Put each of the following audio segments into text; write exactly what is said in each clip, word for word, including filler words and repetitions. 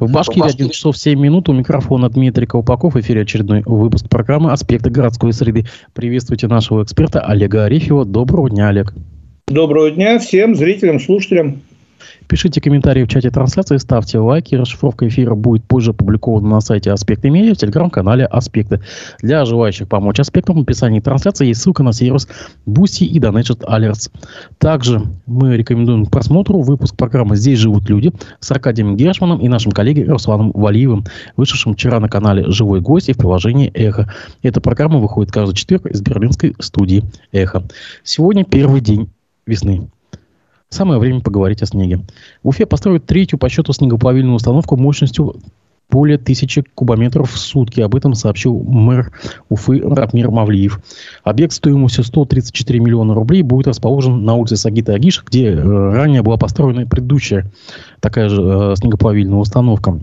В Башкирии один часов семь минут. У микрофона Дмитрий Колпаков. В эфире очередной выпуск программы «Аспекты городской среды». Приветствуйте нашего эксперта Олега Арефьева. Доброго дня, Олег. Доброго дня всем зрителям, слушателям. Пишите комментарии в чате трансляции, ставьте лайки. Расшифровка эфира будет позже опубликована на сайте «Аспекты Медиа», в телеграм-канале «Аспекты». Для желающих помочь «Аспектам» в описании трансляции есть ссылка на сервис Boosty и Donation Alerts. Также мы рекомендуем к просмотру выпуск программы «Здесь живут люди» с Аркадием Гершманом и нашим коллегой Русланом Валиевым, вышедшим вчера на канале «Живой гость» и в приложении «Эхо». Эта программа выходит каждый четверг из берлинской студии «Эхо». Сегодня первый день весны. Самое время поговорить о снеге. В Уфе построят третью по счету снегоплавильную установку мощностью более тысячи кубометров в сутки. Об этом сообщил мэр Уфы Ратмир Мавлиев. Объект стоимостью сто тридцать четыре миллиона рублей будет расположен на улице Сагита Агиша, где э, ранее была построена предыдущая такая же э, снегоплавильная установка.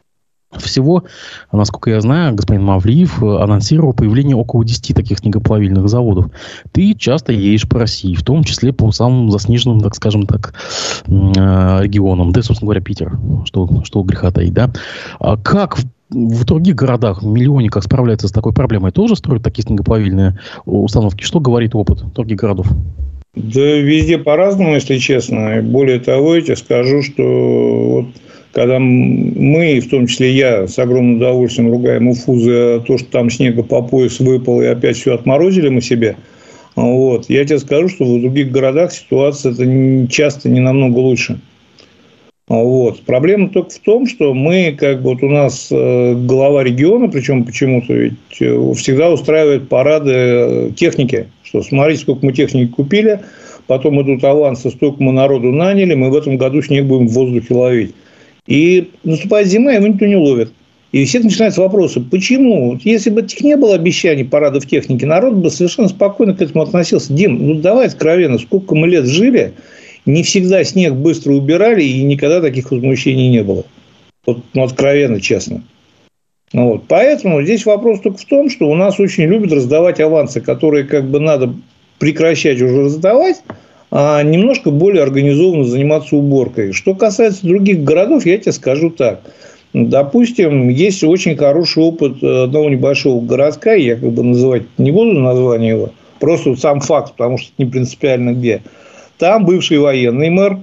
Всего, насколько я знаю, господин Мавлиев анонсировал появление около десяти таких снегоплавильных заводов. Ты часто едешь по России, в том числе по самым заснеженным, так скажем так, регионам. Да, собственно говоря, Питер, что, что греха таить, да. А как в, в других городах, миллионниках справляются с такой проблемой? Тоже строят такие снегоплавильные установки? Что говорит опыт других городов? Да везде по-разному, если честно. Более того, я тебе скажу, что вот когда мы, в том числе я, с огромным удовольствием ругаем Уфу за то, что там снега по пояс выпало и опять все отморозили мы себе, вот, я тебе скажу, что в других городах ситуация это часто не намного лучше. Вот. Проблема только в том, что мы, как бы вот у нас глава региона, причем почему-то ведь всегда устраивает парады техники, что смотрите, сколько мы техники купили, потом идут авансы, столько мы народу наняли, мы в этом году снег будем в воздухе ловить. И наступает зима, его никто не ловит. И у всех начинаются вопросы, почему? Если бы этих не было обещаний парадов техники, народ бы совершенно спокойно к этому относился. Дим, ну давай откровенно, сколько мы лет жили, не всегда снег быстро убирали, и никогда таких возмущений не было. Вот, ну, откровенно, честно. Ну, вот. Поэтому здесь вопрос только в том, что у нас очень любят раздавать авансы, которые как бы надо прекращать уже раздавать, а немножко более организованно заниматься уборкой. Что касается других городов, я тебе скажу так. Допустим, есть очень хороший опыт одного небольшого городка, я как бы называть не буду название его, просто вот сам факт, потому что это не принципиально где. Там бывший военный мэр,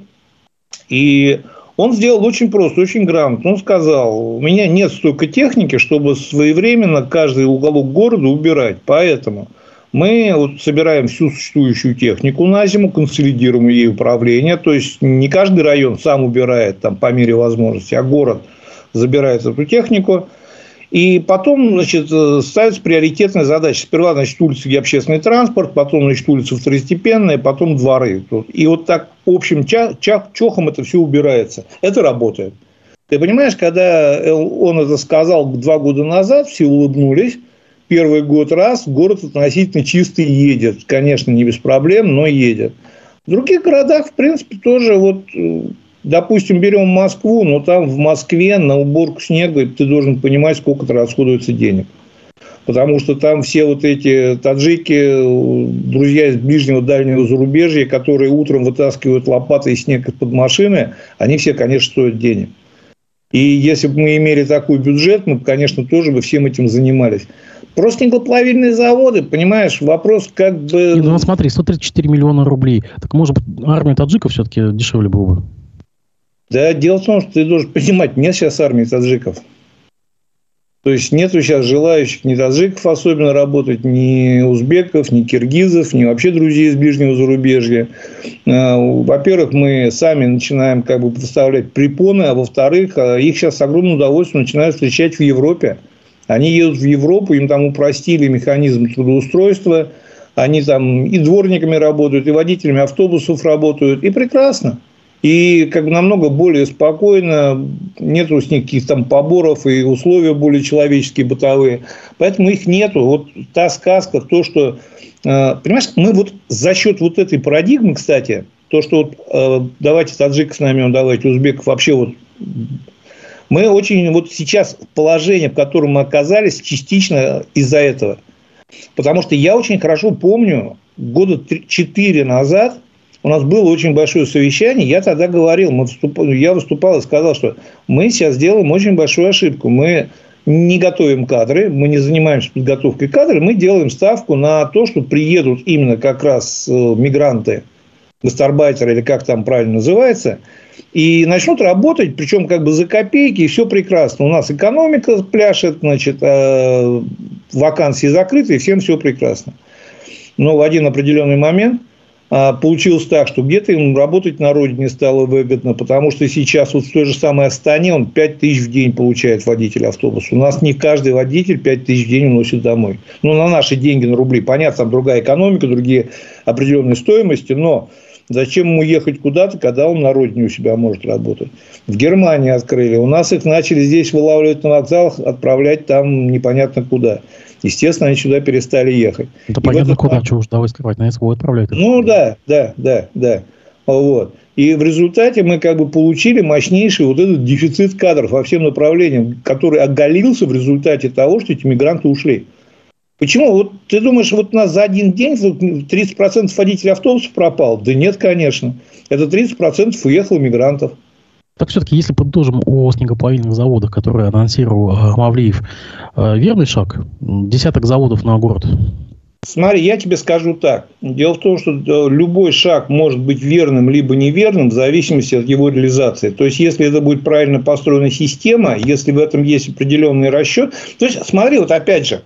и он сделал очень просто, очень грамотно. Он сказал, у меня нет столько техники, чтобы своевременно каждый уголок города убирать, поэтому мы вот собираем всю существующую технику на зиму, консолидируем ей управление. То есть, не каждый район сам убирает там, по мере возможности, а город забирает эту технику. И потом, значит, ставится приоритетная задача. Сперва, значит, улицы, где общественный транспорт, потом, значит, улицы второстепенные, потом дворы. И вот так общим чохом это все убирается. Это работает. Ты понимаешь, когда он это сказал два года назад, все улыбнулись. Первый год раз город относительно чистый едет. Конечно, не без проблем, но едет. В других городах, в принципе, тоже вот, допустим, берем Москву, но там в Москве на уборку снега ты должен понимать, сколько-то расходуется денег. Потому что там все вот эти таджики, друзья из ближнего дальнего зарубежья, которые утром вытаскивают лопатой снег из-под машины, они все, конечно, стоят денег. И если бы мы имели такой бюджет, мы бы, конечно, тоже бы всем этим занимались. Просто снегоплавильные заводы, понимаешь, вопрос как бы... Не, ну смотри, сто тридцать четыре миллиона рублей. Так может быть, армия таджиков все-таки дешевле было бы? Да, дело в том, что ты должен понимать, нет сейчас армии таджиков. То есть, нету сейчас желающих ни таджиков особенно работать, ни узбеков, ни киргизов, ни вообще друзей из ближнего зарубежья. Во-первых, мы сами начинаем как бы поставлять препоны, а во-вторых, их сейчас с огромным удовольствием начинают встречать в Европе. Они едут в Европу, им там упростили механизм трудоустройства, они там и дворниками работают, и водителями автобусов работают, и прекрасно. И как бы намного более спокойно, нету с них каких-то там поборов, и условия более человеческие, бытовые. Поэтому их нету. Вот та сказка, то, что... Понимаешь, мы вот за счет вот этой парадигмы, кстати, то, что вот, давайте таджиков наймем, давайте узбеков, вообще вот... Мы очень вот сейчас положение, в котором мы оказались, частично из-за этого. Потому что я очень хорошо помню, года четыре назад у нас было очень большое совещание, я тогда говорил, мы выступ... я выступал и сказал, что мы сейчас делаем очень большую ошибку. Мы не готовим кадры, мы не занимаемся подготовкой кадров, мы делаем ставку на то, что приедут именно как раз мигранты, гастарбайтеры, или как там правильно называется, и начнут работать, причем как бы за копейки, и все прекрасно. У нас экономика пляшет, значит, вакансии закрыты, и всем все прекрасно. Но в один определенный момент получилось так, что где-то им работать на родине стало выгодно, потому что сейчас вот в той же самой Астане он пять тысяч в день получает водитель автобуса. У нас не каждый водитель пять тысяч в день уносит домой. Ну, на наши деньги, на рубли. Понятно, там другая экономика, другие определенные стоимости, но зачем ему ехать куда-то, когда он на родине у себя может работать? В Германии открыли. У нас их начали здесь вылавливать на вокзалах, отправлять там непонятно куда. Естественно, они сюда перестали ехать. Это и понятно, куда, момент... чего уж давай скрывать, на СВО отправляют. Ну, да, да, да, да. Вот. И в результате мы как бы получили мощнейший вот этот дефицит кадров по всем направлениям, который оголился в результате того, что эти мигранты ушли. Почему? Вот ты думаешь, вот у нас за один день тридцать процентов водителей автобусов пропал? Да нет, конечно. Это тридцать процентов уехало мигрантов. Так все-таки, если подытожим о снегоплавильных заводах, которые анонсировал Мавлиев, верный шаг? Десяток заводов на город. Смотри, я тебе скажу так. Дело в том, что любой шаг может быть верным либо неверным в зависимости от его реализации. То есть, если это будет правильно построена система, если в этом есть определенный расчет. То есть, смотри, вот опять же,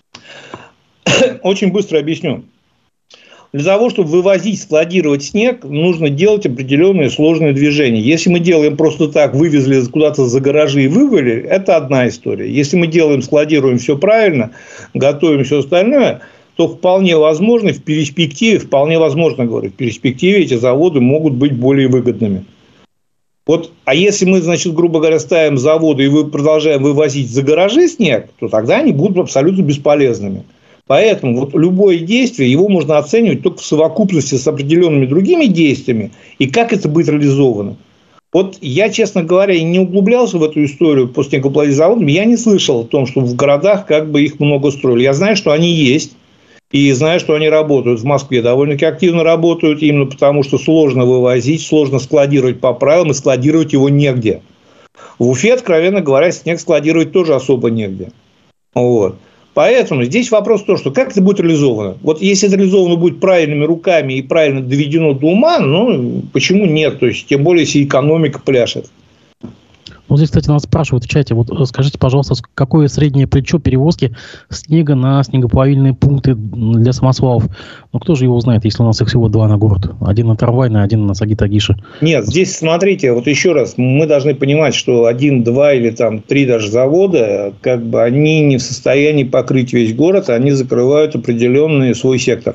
очень быстро объясню. Для того, чтобы вывозить, складировать снег, нужно делать определенные сложные движения. Если мы делаем просто так, вывезли куда-то за гаражи и вывели, это одна история. Если мы делаем, складируем все правильно, готовим все остальное, то вполне возможно, в перспективе, вполне возможно, говорю, в перспективе эти заводы могут быть более выгодными. Вот, а если мы, значит, грубо говоря, ставим заводы и вы продолжаем вывозить за гаражи снег, то тогда они будут абсолютно бесполезными. Поэтому вот любое действие, его можно оценивать только в совокупности с определенными другими действиями, и как это будет реализовано. Вот я, честно говоря, не углублялся в эту историю по снегоплавильным заводам, я не слышал о том, что в городах как бы их много строили. Я знаю, что они есть, и знаю, что они работают. В Москве довольно-таки активно работают, именно потому что сложно вывозить, сложно складировать по правилам, и складировать его негде. В Уфе, откровенно говоря, снег складировать тоже особо негде. Вот. Поэтому здесь вопрос в том, что как это будет реализовано. Вот если это реализовано будет правильными руками и правильно доведено до ума, ну, почему нет? То есть, тем более, если экономика пляшет. Вот здесь, кстати, нас спрашивают в чате. Вот скажите, пожалуйста, какое среднее плечо перевозки снега на снегоплавильные пункты для самосвалов? Ну, кто же его знает, если у нас их всего два на город? Один на Трамвайной, один на Сагит-Агише. Нет, здесь, смотрите, вот еще раз, мы должны понимать, что один, два или там три даже завода, как бы они не в состоянии покрыть весь город, они закрывают определенный свой сектор.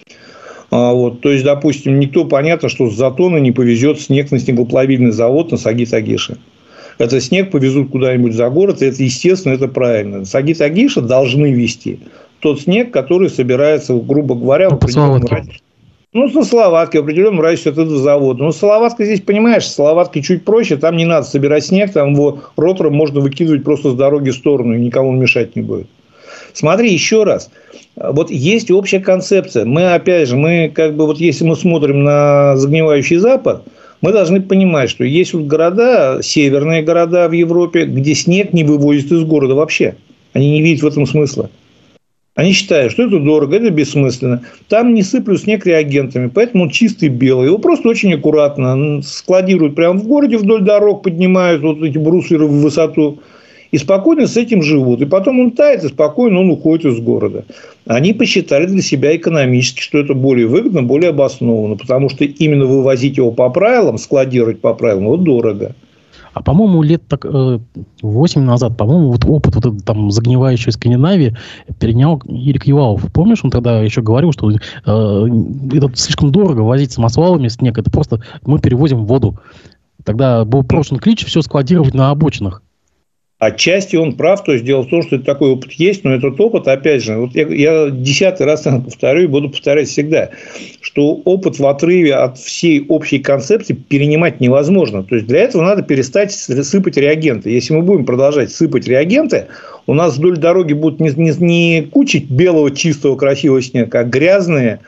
А вот, то есть, допустим, никто, понятно, что с Затона не повезет снег на снегоплавильный завод на Сагит-Агише. Этот снег повезут куда-нибудь за город, и это, естественно, это правильно. Сагит-Агиша должны везти тот снег, который собирается, грубо говоря, в определенном радиусе. Ну, на Салаватке, в определенном радиусе от этого завода. Но Салаватка здесь, понимаешь, Салаватка чуть проще, там не надо собирать снег, там его ротором можно выкидывать просто с дороги в сторону, и никому мешать не будет. Смотри, еще раз. Вот есть общая концепция. Мы, опять же, мы как бы вот если мы смотрим на загнивающий Запад, мы должны понимать, что есть вот города, северные города в Европе, где снег не вывозят из города вообще. Они не видят в этом смысла. Они считают, что это дорого, это бессмысленно. Там не сыплют снег реагентами, поэтому он чистый белый. Его просто очень аккуратно складируют прямо в городе вдоль дорог, поднимают вот эти бруслеры в высоту. И спокойно с этим живут. И потом он тает, и спокойно он уходит из города. Они посчитали для себя экономически, что это более выгодно, более обоснованно. Потому что именно вывозить его по правилам, складировать по правилам, вот дорого. А, по-моему, лет так восемь назад, по-моему, вот опыт вот этот, там, загнивающей Скандинавии перенял Ирик Ювалов. Помнишь, он тогда еще говорил, что э, это слишком дорого возить самосвалами снег. Это просто мы перевозим воду. Тогда был брошен клич все складировать на обочинах. Отчасти он прав, то есть дело в том, что такой опыт есть, но этот опыт, опять же, вот я, я десятый раз повторю и буду повторять всегда, что опыт в отрыве от всей общей концепции перенимать невозможно. То есть для этого надо перестать сыпать реагенты. Если мы будем продолжать сыпать реагенты, у нас вдоль дороги будут не, не, не куча белого, чистого, красивого снега, а грязные,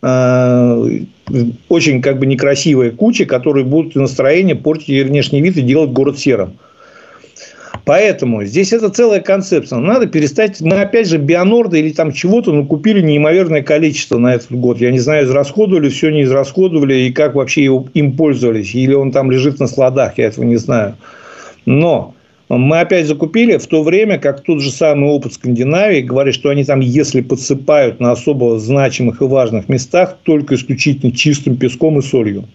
очень как бы некрасивая куча, которые будут настроение портить ей внешний вид и делать город серым. Поэтому здесь это целая концепция. Надо перестать... Мы опять же Бионорда или там чего-то ну, купили неимоверное количество на этот год. Я не знаю, израсходовали, все не израсходовали, и как вообще его, им пользовались. Или он там лежит на складах, я этого не знаю. Но мы опять закупили в то время, как тот же самый опыт Скандинавии говорит, что они там, если подсыпают на особо значимых и важных местах, только исключительно чистым песком и солью.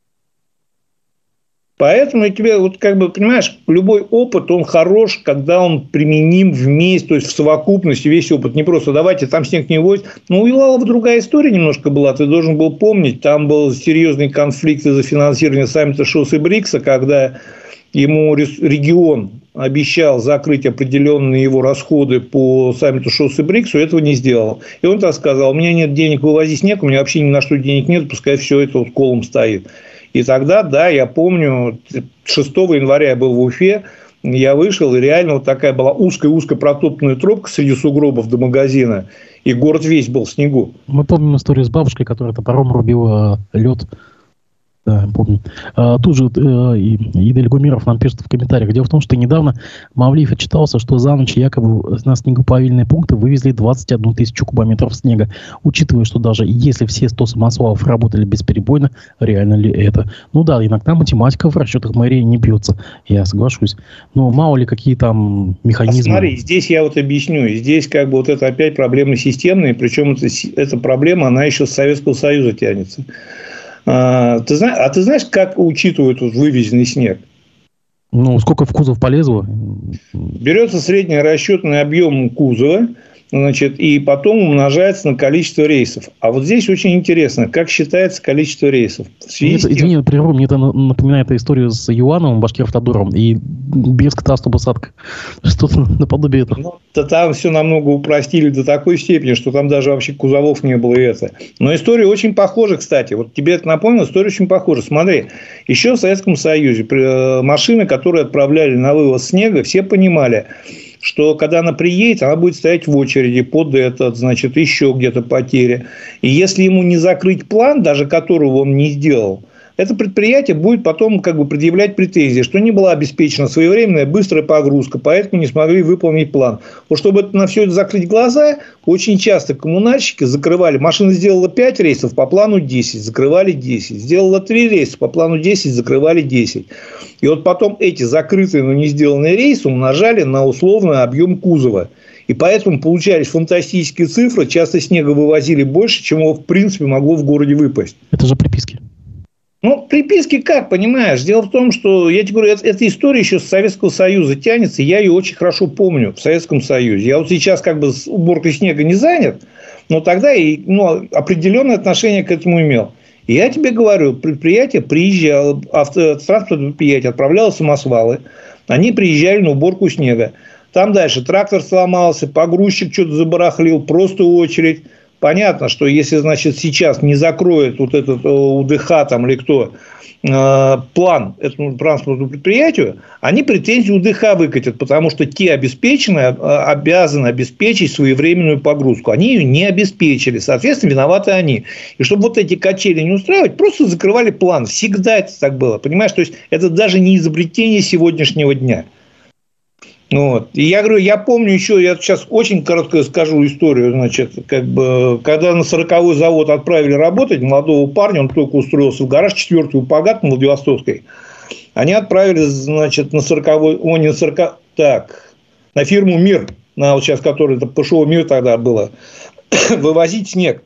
Поэтому тебе, вот как бы, понимаешь, любой опыт, он хорош, когда он применим вместе, то есть в совокупности весь опыт. Не просто давайте там снег не возить. Но у Илалова другая история немножко была. Ты должен был помнить, там был серьезный конфликт из-за финансирования саммита ШОС и БРИКСа, когда ему регион обещал закрыть определенные его расходы по саммиту ШОС и БРИКСу, этого не сделал. И он так сказал: у меня нет денег вывозить снег, у меня вообще ни на что денег нет, пускай все это вот колом стоит. И тогда, да, я помню, шестого января я был в Уфе, я вышел, и реально вот такая была узкая-узкая протоптанная тропка среди сугробов до магазина, и город весь был в снегу. Мы помним историю с бабушкой, которая топором рубила лед. Да, помню. А, тут же э, Идель Гумеров нам пишет в комментариях. Дело в том, что недавно Мавлиев отчитался, что за ночь якобы на снегоплавильные пункты вывезли двадцать одну тысячу кубометров снега. Учитывая, что даже если все сто самосвалов работали бесперебойно, реально ли это? Ну да, иногда математика в расчетах мэрии не бьется. Я соглашусь. Но мало ли какие там механизмы. А смотри, здесь я вот объясню. Здесь как бы вот это опять проблема системная. Причем это, эта проблема, она еще с Советского Союза тянется. А ты, знаешь, а ты знаешь, как учитывают вот вывезенный снег? Ну, сколько в кузов полезло? Берется средний расчетный объем кузова, значит, и потом умножается на количество рейсов. А вот здесь очень интересно, как считается количество рейсов. Нет, тем... Извини, прерву, мне это напоминает историю с Юановым, Башкиртодором и Брестская автобусатка. Что-то наподобие этого. Ну, то там все намного упростили до такой степени, что там даже вообще кузовов не было и это. Но история очень похожа, кстати. Вот тебе это напомнило, история очень похожа. Смотри, еще в Советском Союзе машины, которые отправляли на вывоз снега, все понимали, что когда она приедет, она будет стоять в очереди под этот, значит, еще где-то потери. И если ему не закрыть план, даже которого он не сделал, это предприятие будет потом как бы предъявлять претензии, что не была обеспечена своевременная быстрая погрузка, поэтому не смогли выполнить план. Вот чтобы на все это закрыть глаза, очень часто коммунальщики закрывали. Машина сделала пять рейсов, по плану десять, закрывали десять. Сделала три рейса, по плану десять, закрывали десять. И вот потом эти закрытые, но не сделанные рейсы умножали на условный объем кузова. И поэтому получались фантастические цифры. Часто снега вывозили больше, чем его в принципе могло в городе выпасть. Это же приписки. Ну, приписки как, понимаешь? Дело в том, что, я тебе говорю, это, эта история еще с Советского Союза тянется, я ее очень хорошо помню в Советском Союзе. Я вот сейчас как бы с уборкой снега не занят, но тогда и, ну, определенное отношение к этому имел. И я тебе говорю, предприятие приезжало, автотранспортное предприятие отправляло самосвалы, они приезжали на уборку снега. Там дальше трактор сломался, погрузчик что-то забарахлил, просто очередь. Понятно, что если, значит, сейчас не закроет вот этот УДХ там или кто э, план этому транспортному предприятию, они претензии УДХ выкатят, потому что те обеспеченные э, обязаны обеспечить своевременную погрузку. Они ее не обеспечили, соответственно, виноваты они. И чтобы вот эти качели не устраивать, просто закрывали план. Всегда это так было, понимаешь? То есть это даже не изобретение сегодняшнего дня. Вот. И я говорю, я помню еще, я сейчас очень коротко скажу историю, значит, как бы, когда на сороковой завод отправили работать молодого парня, он только устроился в гараж, четвертый УПАГАТ на Владивостокской, они отправили, значит, на сороковой, о, не на сороковой, так, на фирму «Мир», на вот сейчас, которая, это ПШО «Мир» тогда было, вывозить снег.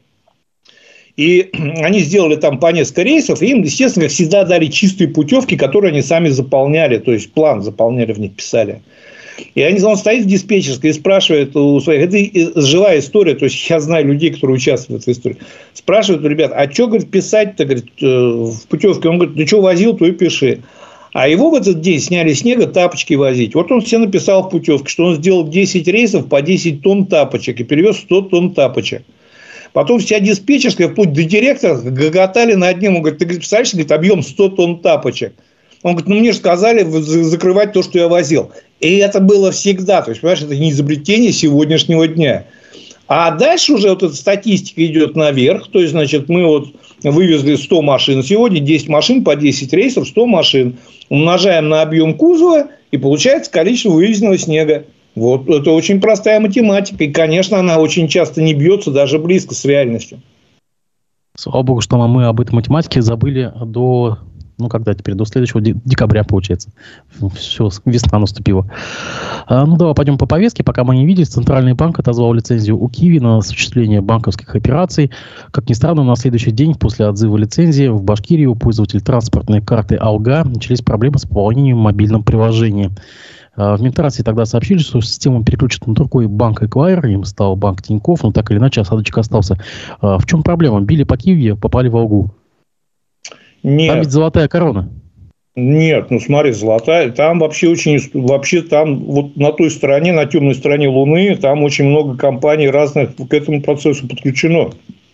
И они сделали там по несколько рейсов, и им, естественно, как всегда, дали чистые путевки, которые они сами заполняли, то есть план заполняли, в них писали. И они, он стоит в диспетчерской и спрашивает у своих, это живая история, то есть я знаю людей, которые участвуют в этой истории, спрашивают у ребят, а что, говорит, писать-то, говорит, в путевке? Он говорит, ты что возил, то и пиши. А его в этот день сняли с снега тапочки возить. Вот он все написал в путевке, что он сделал десять рейсов по десять тонн тапочек и перевез сто тонн тапочек. Потом вся диспетчерская, вплоть до директора, гоготали над ним. Он говорит, ты представляешь, говорит, объем сто тонн тапочек. Он говорит, ну, мне же сказали закрывать то, что я возил. И это было всегда. То есть, понимаешь, это не изобретение сегодняшнего дня. А дальше уже вот эта статистика идет наверх. То есть, значит, мы вот вывезли сто машин сегодня, десять машин по десять рейсов, сто машин. Умножаем на объем кузова, и получается количество вывезенного снега. Вот это очень простая математика. И, конечно, она очень часто не бьется даже близко с реальностью. Слава богу, что мы об этой математике забыли до... Ну, когда теперь? До следующего декабря, получается. Все, весна наступила. А, ну, давай пойдем по повестке. Пока мы не видели, Центральный банк отозвал лицензию у Киви на осуществление банковских операций. Как ни странно, на следующий день после отзыва лицензии в Башкирии у пользователей транспортной карты «Алга» начались проблемы с пополнением в мобильном приложении. В Минтрансе тогда сообщили, что систему переключат на другой банк Эквайр, им стал банк Тинькофф, но так или иначе осадочек остался. А в чем проблема? Били по Киеве, попали в «Алгу». Нет. Там ведь золотая корона. Нет, ну смотри, золотая, там вообще очень, вообще там вот на той стороне, на темной стороне Луны, там очень много компаний разных к этому процессу подключено.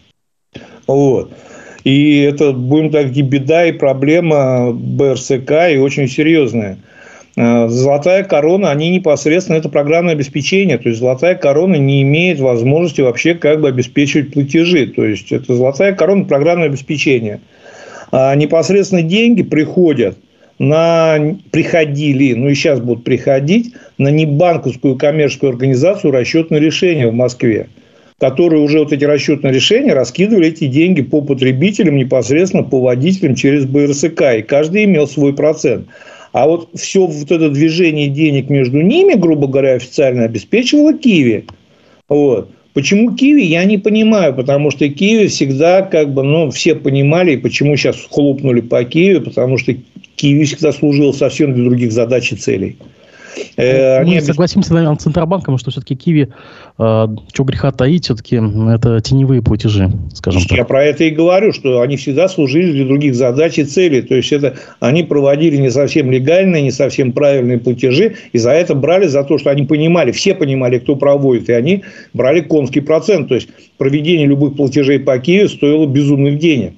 Вот. И это, будем так, и беда, и проблема БРСК, и очень серьезная. Золотая корона, они непосредственно, это программное обеспечение. То есть, золотая корона не имеет возможности вообще как бы обеспечивать платежи. То есть, это золотая корона, программное обеспечение. А непосредственно деньги приходят на, приходили, ну и сейчас будут приходить на небанковскую коммерческую организацию расчетные решения в Москве, которые уже вот эти расчетные решения раскидывали эти деньги по потребителям, непосредственно по водителям через БРСК, и каждый имел свой процент. А вот все вот это движение денег между ними, грубо говоря, официально обеспечивала Киви. Вот. Почему Киви, я не понимаю, потому что Киви всегда, как бы, ну, все понимали, и почему сейчас хлопнули по Киви, потому что Киви всегда служил совсем для других задач и целей. Мы Они... согласимся, наверное, с Центробанком, что все-таки Киви, э, что греха таить, все-таки это теневые платежи, скажем так. Я про это и говорю, что они всегда служили для других задач и целей. То есть, это они проводили не совсем легальные, не совсем правильные платежи, и за это брали, за то, что они понимали, все понимали, кто проводит, и они брали конский процент. То есть, проведение любых платежей по Киви стоило безумных денег.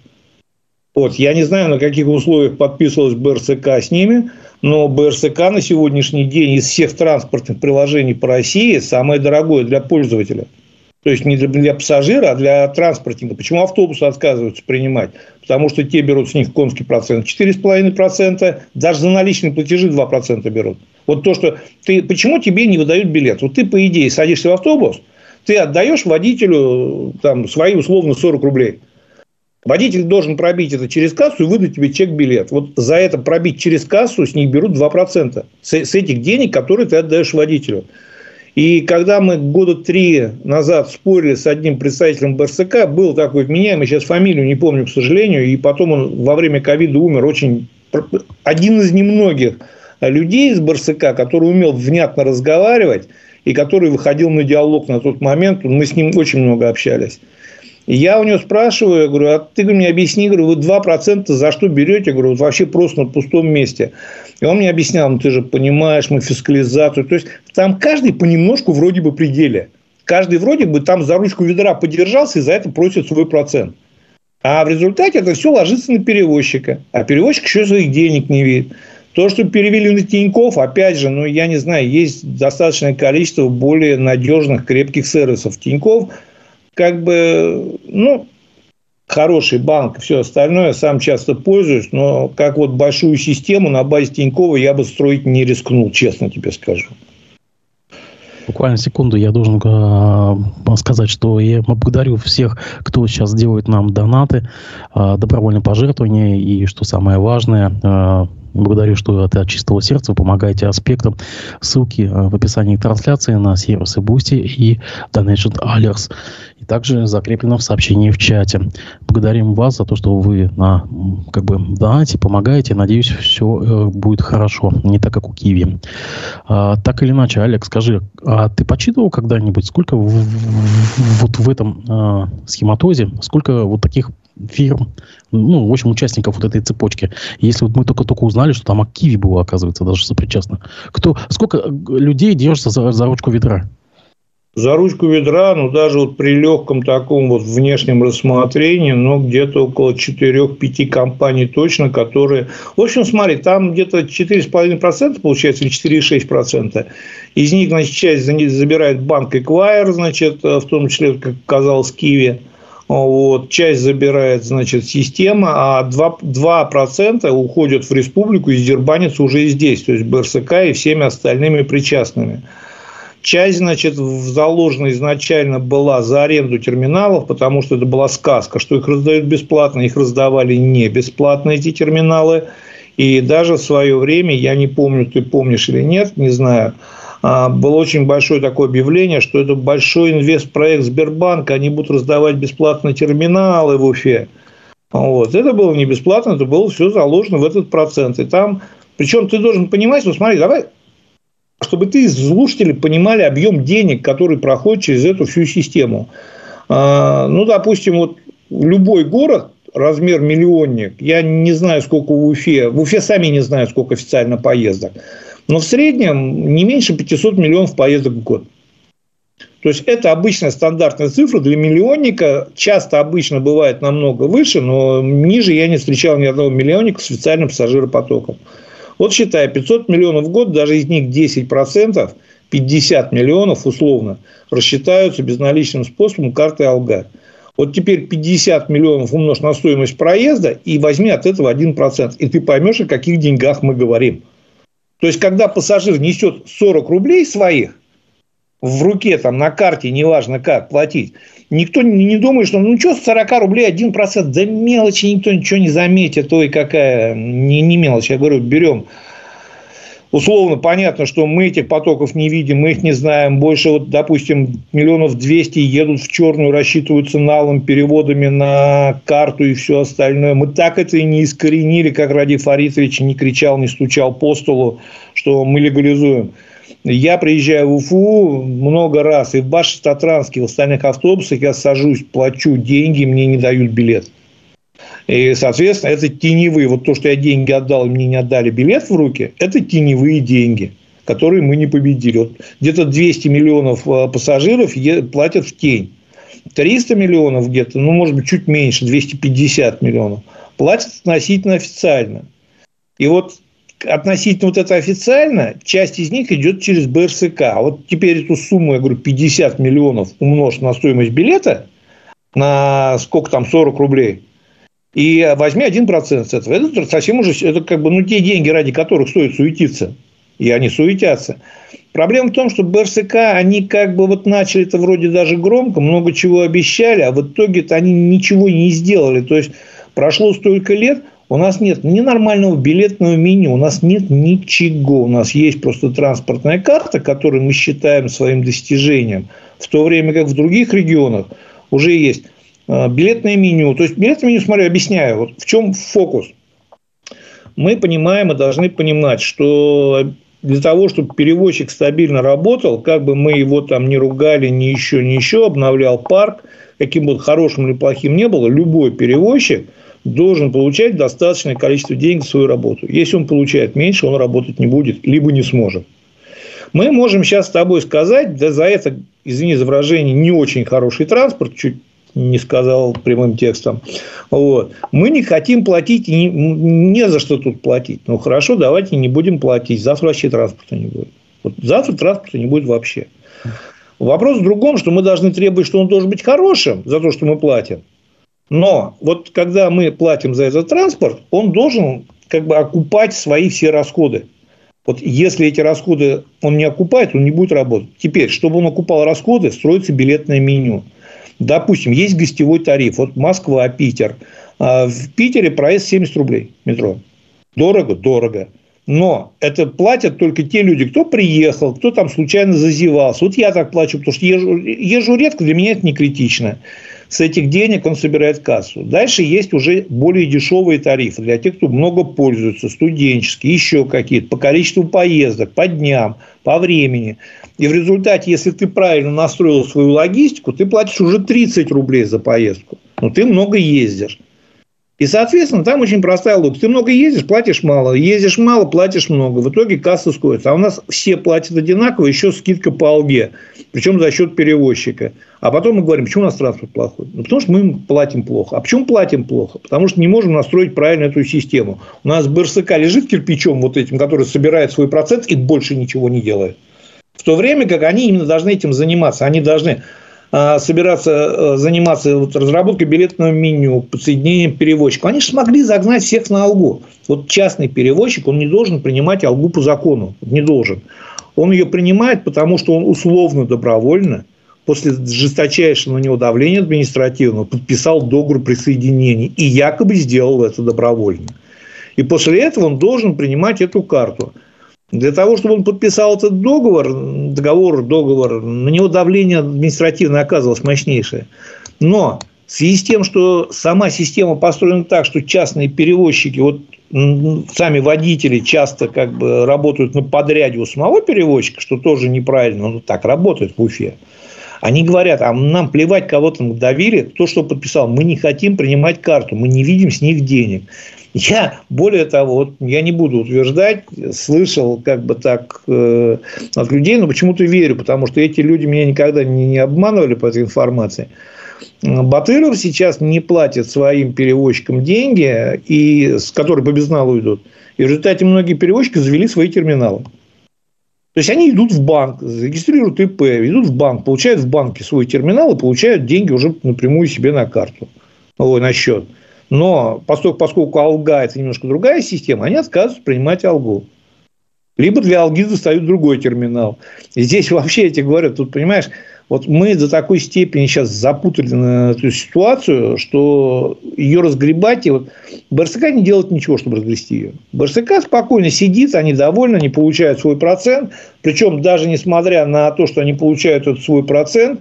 Вот. Я не знаю, на каких условиях подписывалась БРСК с ними, но БРСК на сегодняшний день из всех транспортных приложений по России самое дорогое для пользователя. То есть, не для пассажира, а для транспортника. Почему автобусы отказываются принимать? Потому что те берут с них конский процент четыре целых пять десятых процента, даже за наличные платежи два процента берут. Вот то, что ты... Почему тебе не выдают билет? Вот ты, по идее, садишься в автобус, ты отдаешь водителю там, свои условно сорок рублей. Водитель должен пробить это через кассу и выдать тебе чек-билет. Вот за это пробить через кассу с них берут два процента. С, с этих денег, которые ты отдаешь водителю. И когда мы года три назад спорили с одним представителем БРСК, был такой вменяемый, сейчас фамилию не помню, к сожалению, и потом он во время ковида умер, очень... один из немногих людей из БРСК, который умел внятно разговаривать и который выходил на диалог на тот момент. Мы с ним очень много общались. И я у него спрашиваю, я говорю, а ты мне объясни, говорю, вы два процента за что берете? Я говорю, вот вообще просто на пустом месте. И он мне объяснял, ну ты же понимаешь, мы фискализацию. То есть, там каждый понемножку вроде бы при деле. Каждый вроде бы там за ручку ведра подержался и за это просит свой процент. А в результате это все ложится на перевозчика. А перевозчик еще своих денег не видит. То, что перевели на Тинькофф, опять же, ну я не знаю, есть достаточное количество более надежных, крепких сервисов. Тинькофф как бы, ну, хороший банк, все остальное, сам часто пользуюсь, но как вот большую систему на базе Тинькова я бы строить не рискнул, честно тебе скажу. Буквально секунду, я должен э, сказать, что я благодарю всех, кто сейчас делает нам донаты, э, добровольные пожертвования, и, что самое важное, э, благодарю, что это от чистого сердца, вы помогаете аспектам. Ссылки в описании трансляции на сервисы Boosty и Donation Alerts. И также закреплено в сообщении в чате. Благодарим вас за то, что вы на, как бы, донате, помогаете. Надеюсь, все будет хорошо. Не так, как у Киви. А, так или иначе, Олег, скажи, а ты подсчитывал когда-нибудь, сколько в, в, вот в этом а, схематозе, сколько вот таких фирм, ну, в общем, участников вот этой цепочки. Если вот мы только-только узнали, что там Киви было, оказывается, даже сопричастно. Кто, сколько людей держится за, за ручку ведра? За ручку ведра, ну, даже вот при легком таком вот внешнем рассмотрении, ну, где-то около четыре-пять компаний точно, которые... В общем, смотри, там где-то четыре целых пять десятых процента получается, или четыре целых шесть десятых процента. Из них, значит, часть забирает банк Эквайр, значит, в том числе, как казалось, Киви. Вот, часть забирает, значит, система, а два процента уходят в республику и сдербанятся уже здесь, то есть Бэ Эр Эс Ка и всеми остальными причастными. Часть, значит, заложена изначально была за аренду терминалов, потому что это была сказка, что их раздают бесплатно, их раздавали не бесплатно, эти терминалы. И даже в свое время, я не помню, ты помнишь или нет, не знаю, было очень большое такое объявление, что это большой инвестпроект Сбербанка, они будут раздавать бесплатно терминалы в Уфе. Вот. Это было не бесплатно, это было все заложено в этот процент. И там, причем ты должен понимать, ну смотри, давай, чтобы ты, слушатели, понимали объем денег, который проходит через эту всю систему. Ну, допустим, вот любой город, размер миллионник, я не знаю, сколько в Уфе, в Уфе сами не знают, сколько официально поездок, но в среднем не меньше пятьсот миллионов поездок в год. То есть, это обычная стандартная цифра для миллионника. Часто обычно бывает намного выше, но ниже я не встречал ни одного миллионника с официальным пассажиропотоком. Вот считай, пятьсот миллионов в год, даже из них десять процентов, пятьдесят миллионов условно, рассчитаются безналичным способом карты Алга. Вот теперь пятьдесят миллионов умножь на стоимость проезда и возьми от этого один процент. И ты поймешь, о каких деньгах мы говорим. То есть, когда пассажир несет сорок рублей своих в руке, там, на карте, неважно как, платить, никто не думает, что ну что, с сорока рублей один процент, да мелочи, никто ничего не заметит, ой, какая, не, не мелочь, я говорю, берем. Условно понятно, что мы этих потоков не видим, мы их не знаем. Больше, вот, допустим, миллионов двести едут в черную, рассчитываются налом, переводами на карту и все остальное. Мы так это и не искоренили, как Ради Фаритович не кричал, не стучал по столу, что мы легализуем. Я приезжаю в Уфу много раз, и в Башштатранске, и в остальных автобусах я сажусь, плачу деньги, мне не дают билет. И, соответственно, это теневые. Вот то, что я деньги отдал, и мне не отдали билет в руки, это теневые деньги, которые мы не победили. Вот где-то двести миллионов пассажиров платят в тень. триста миллионов где-то, ну, может быть, чуть меньше, двести пятьдесят миллионов, платят относительно официально. И вот относительно вот это официально, часть из них идет через Бэ Эр Эс Ка. А вот теперь эту сумму, я говорю, пятьдесят миллионов умножь на стоимость билета, на сколько там, сорок рублей, и возьми один процент с этого. Это совсем уже, это как бы, ну, те деньги, ради которых стоит суетиться. И они суетятся. Проблема в том, что Бэ Эр Эс Ка, они как бы вот начали это вроде даже громко, много чего обещали, а в итоге-то они ничего не сделали. То есть, прошло столько лет, у нас нет ни нормального билетного меню, у нас нет ничего. У нас есть просто транспортная карта, которую мы считаем своим достижением. В то время как в других регионах уже есть билетное меню. То есть, билетное меню, смотрю, объясняю. Вот в чем фокус. Мы понимаем и должны понимать, что для того, чтобы перевозчик стабильно работал, как бы мы его там не ругали, ни еще, ни еще, обновлял парк, каким бы хорошим или плохим ни было, любой перевозчик должен получать достаточное количество денег за свою работу. Если он получает меньше, он работать не будет, либо не сможет. Мы можем сейчас с тобой сказать, да за это, извини за выражение, не очень хороший транспорт, чуть не сказал прямым текстом. Вот. Мы не хотим платить, не, не за что тут платить. Ну, хорошо, давайте не будем платить. Завтра вообще транспорта не будет. Вот завтра транспорта не будет вообще. Вопрос в другом, что мы должны требовать, что он должен быть хорошим за то, что мы платим. Но вот когда мы платим за этот транспорт, он должен как бы окупать свои все расходы. Вот если эти расходы он не окупает, он не будет работать. Теперь, чтобы он окупал расходы, строится билетное меню. Допустим, есть гостевой тариф. Вот Москва, Питер. В Питере проезд семьдесят рублей метро. Дорого? Дорого. Но это платят только те люди, кто приехал, кто там случайно зазевался. Вот я так плачу, потому что езжу, езжу редко, для меня это не критично. С этих денег он собирает кассу. Дальше есть уже более дешевые тарифы для тех, кто много пользуется, студенческие, еще какие-то, по количеству поездок, по дням, по времени. И в результате, если ты правильно настроил свою логистику, ты платишь уже тридцать рублей за поездку. Но ты много ездишь. И, соответственно, там очень простая логика. Ты много ездишь, платишь мало. Ездишь мало, платишь много. В итоге касса сходится. А у нас все платят одинаково, еще скидка по алге. Причем за счет перевозчика. А потом мы говорим, почему у нас транспорт плохой? Ну, потому что мы им платим плохо. А почему платим плохо? Потому что не можем настроить правильно эту систему. У нас БРСК лежит кирпичом вот этим, который собирает свой процент и больше ничего не делает. В то время как они именно должны этим заниматься. Они должны собираться заниматься вот разработкой билетного меню, подсоединением перевозчиков. Они же смогли загнать всех на алгу. Вот частный перевозчик, он не должен принимать алгу по закону. Не должен. Он ее принимает, потому что он условно добровольно, после жесточайшего на него давления административного, подписал договор присоединения. И якобы сделал это добровольно. И после этого он должен принимать эту карту. Для того, чтобы он подписал этот договор, договор, договор, на него давление административное оказывалось мощнейшее. Но в связи с тем, что сама система построена так, что частные перевозчики, вот сами водители часто как бы работают на подряде у самого перевозчика, что тоже неправильно, но так работает в Уфе. Они говорят, а нам плевать, кого там давили, кто что подписал. Мы не хотим принимать карту, мы не видим с них денег. Я, более того, вот, я не буду утверждать, слышал как бы так э, от людей, но почему-то верю, потому что эти люди меня никогда не, не обманывали по этой информации. Батыров сейчас не платит своим перевозчикам деньги, и, с которые по безналу идут. И в результате многие перевозчики завели свои терминалы. То есть, они идут в банк, регистрируют ИП, идут в банк, получают в банке свой терминал и получают деньги уже напрямую себе на карту, ой, на счет. Но поскольку, поскольку алга – это немножко другая система, они отказываются принимать алгу. Либо для алги достают другой терминал. И здесь вообще, я тебе говорю, тут, понимаешь, вот мы до такой степени сейчас запутали на эту ситуацию, что ее разгребать, и вот БРСК не делает ничего, чтобы разгрести ее. БРСК спокойно сидит, они довольны, они получают свой процент. Причем, даже несмотря на то, что они получают этот свой процент,